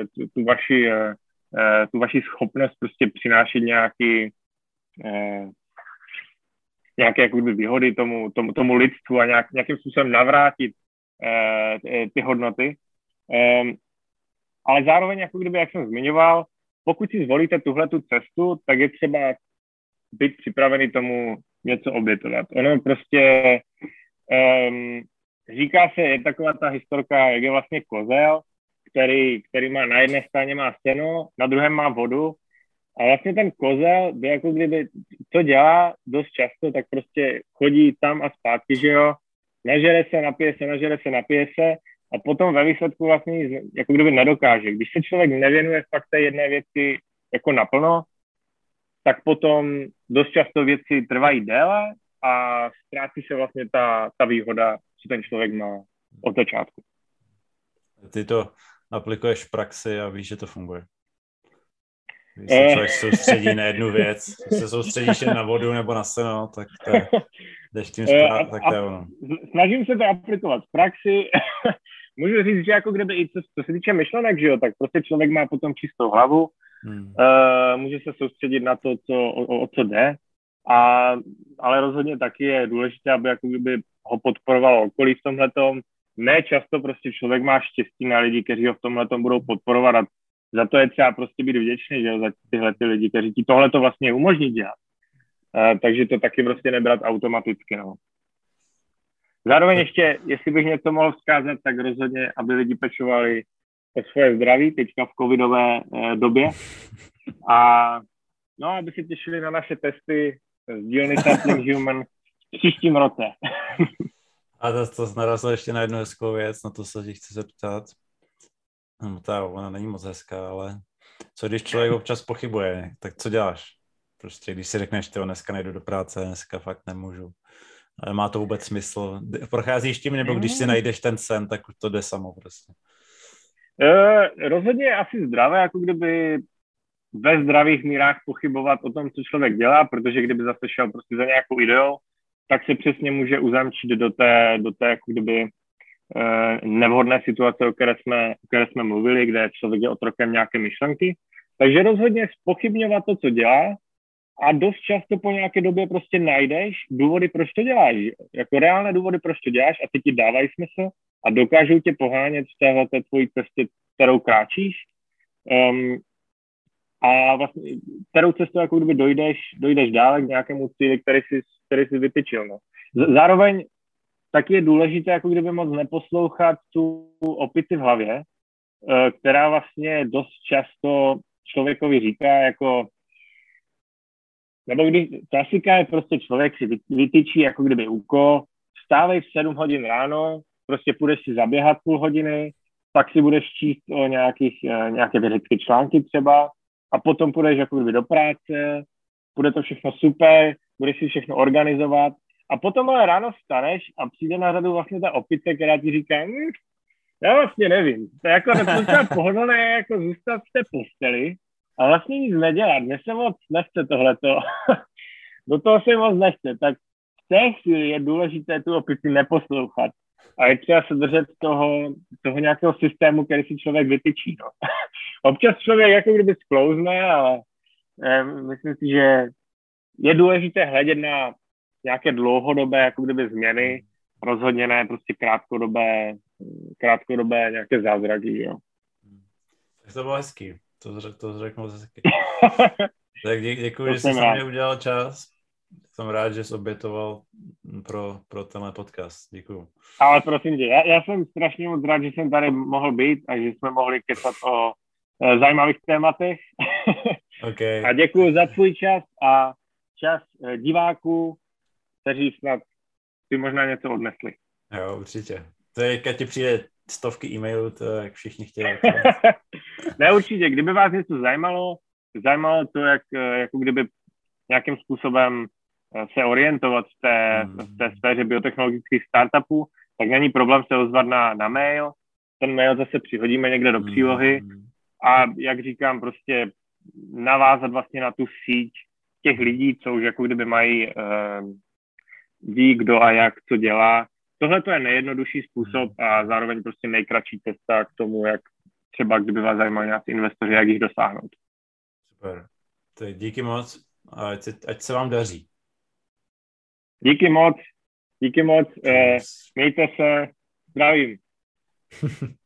tu vaši schopnost prostě přinášet nějaké jako výhody tomu lidstvu a nějakým způsobem navrátit ty hodnoty. Ale zároveň, jako kdyby, jak jsem zmiňoval, pokud si zvolíte tuhletu cestu, tak je třeba být připravený tomu něco obětovat. Ono prostě říká se, je taková ta historka, jak je vlastně kozel, který má na jedné straně má seno, na druhém má vodu a vlastně ten kozel by jako kdyby, co dělá dost často, tak prostě chodí tam a zpátky, že jo, nažere se, napije se a potom ve výsledku vlastně jako kdyby nedokáže. Když se člověk nevěnuje fakt té jedné věci jako naplno, tak potom dost často věci trvají déle a ztrácí se vlastně ta výhoda, co ten člověk má od začátku. Ty to aplikuješ v praxi a víš, že to funguje. Když se člověk soustředí na jednu věc, když se soustředíš jen na vodu nebo na seno, tak jdeš tím tak to je ono. Snažím se to aplikovat v praxi. Můžu říct, že jako kdyby i co se týče myšlenek, že jo, tak prostě člověk má potom čistou hlavu, může se soustředit na to, o co jde, ale rozhodně taky je důležité, aby jako kdyby ho podporovalo okolí v tomhletom. Ne často prostě člověk má štěstí na lidi, kteří ho v tomhletom budou podporovat a za to je třeba prostě být vděčný, že jo, za tyhle ty lidi, kteří ti tohleto vlastně umožní dělat. Takže to taky prostě nebrat automaticky, no. Zároveň ještě, jestli bych něco mohl vzkázat, tak rozhodně, aby lidi pečovali o svoje zdraví teďka v covidové době a no, aby se těšili na naše testy z dílny Sampling Human v příštím roce. A to narazilo ještě na jednu hezkou věc, na to se ti chci zeptat. No, ona není moc hezká, ale co když člověk občas pochybuje, tak co děláš? Prostě když si řekneš, tyjo, dneska nejdu do práce, dneska fakt nemůžu. Ale má to vůbec smysl? Procházíš tím, nebo když si najdeš ten sen, tak to jde samo prostě? Rozhodně je asi zdravé, jako kdyby ve zdravých mírách pochybovat o tom, co člověk dělá, protože kdyby zase šel prostě za nějakou ideou, tak se přesně může uzamčit do té jako kdyby nevhodné situace, o které jsme mluvili, kde člověk je otrokem nějaké myšlenky. Takže rozhodně zpochybňovat to, co dělá, a dost často po nějaké době prostě najdeš důvody, proč to děláš. Jako reálné důvody, proč to děláš a ty ti dávají smysl a dokážou tě pohánět v téhleté tvojí cestě, kterou kráčíš. A vlastně kterou cestou jako kdyby dojdeš dále k nějakému cíli, který jsi vytyčil. No. Zároveň taky je důležité jako kdyby moc neposlouchat tu opici v hlavě, která vlastně dost často člověkovi říká jako nebo když klasika je prostě člověk si vytyčí jako kdyby úkol, vstávej v 7 hodin ráno, prostě půjdeš si zaběhat půl hodiny, pak si budeš číst o nějaké vědecké články třeba a potom půjdeš jako kdyby do práce, bude to všechno super, budeš si všechno organizovat a potom ale ráno vstaneš a přijde na řadu vlastně ta opice, která ti říká, já vlastně nevím, to je jako docela pohodlné jako zůstat v té posteli a vlastně nic nedělat, mně se moc nechce tohleto, do toho se moc nechce, tak v té chvíli je důležité tu opici neposlouchat a je třeba se držet toho nějakého systému, který si člověk vytyčí. No. Občas člověk jako kdyby sklouzne, ale myslím si, že je důležité hledět na nějaké dlouhodobé jako kdyby změny, rozhodně ne prostě krátkodobé nějaké zázraky. Jo. Tak to bylo hezký. To řekl moc hezky. Tak děkuji, že jsi na mě udělal čas. Jsem rád, že jsi obětoval pro tenhle podcast. Děkuji. Ale prosím tě, já jsem strašně moc rád, že jsem tady mohl být a že jsme mohli kecat o zajímavých tématech. Okay. A děkuji za tvůj čas a čas diváků, kteří snad si možná něco odnesli. Jo, určitě. To je, když ti přijde stovky e-mailů, to jak všichni chtějí. Ne, určitě. Kdyby vás něco zajímalo to, jak jako kdyby nějakým způsobem se orientovat v té sféře biotechnologických startupů, tak není problém se ozvat na mail. Ten mail zase přihodíme někde do přílohy a jak říkám, prostě navázat vlastně na tu síť těch lidí, co už jako kdyby ví, kdo a jak, co dělá. Tohle to je nejjednodušší způsob a zároveň prostě nejkratší cesta k tomu, jak třeba kdyby vás zajímali nějaký investoři, jak jich dosáhnout. Super. Tak díky moc a ať se vám daří. Díky moc. Mějte se. Zdravím.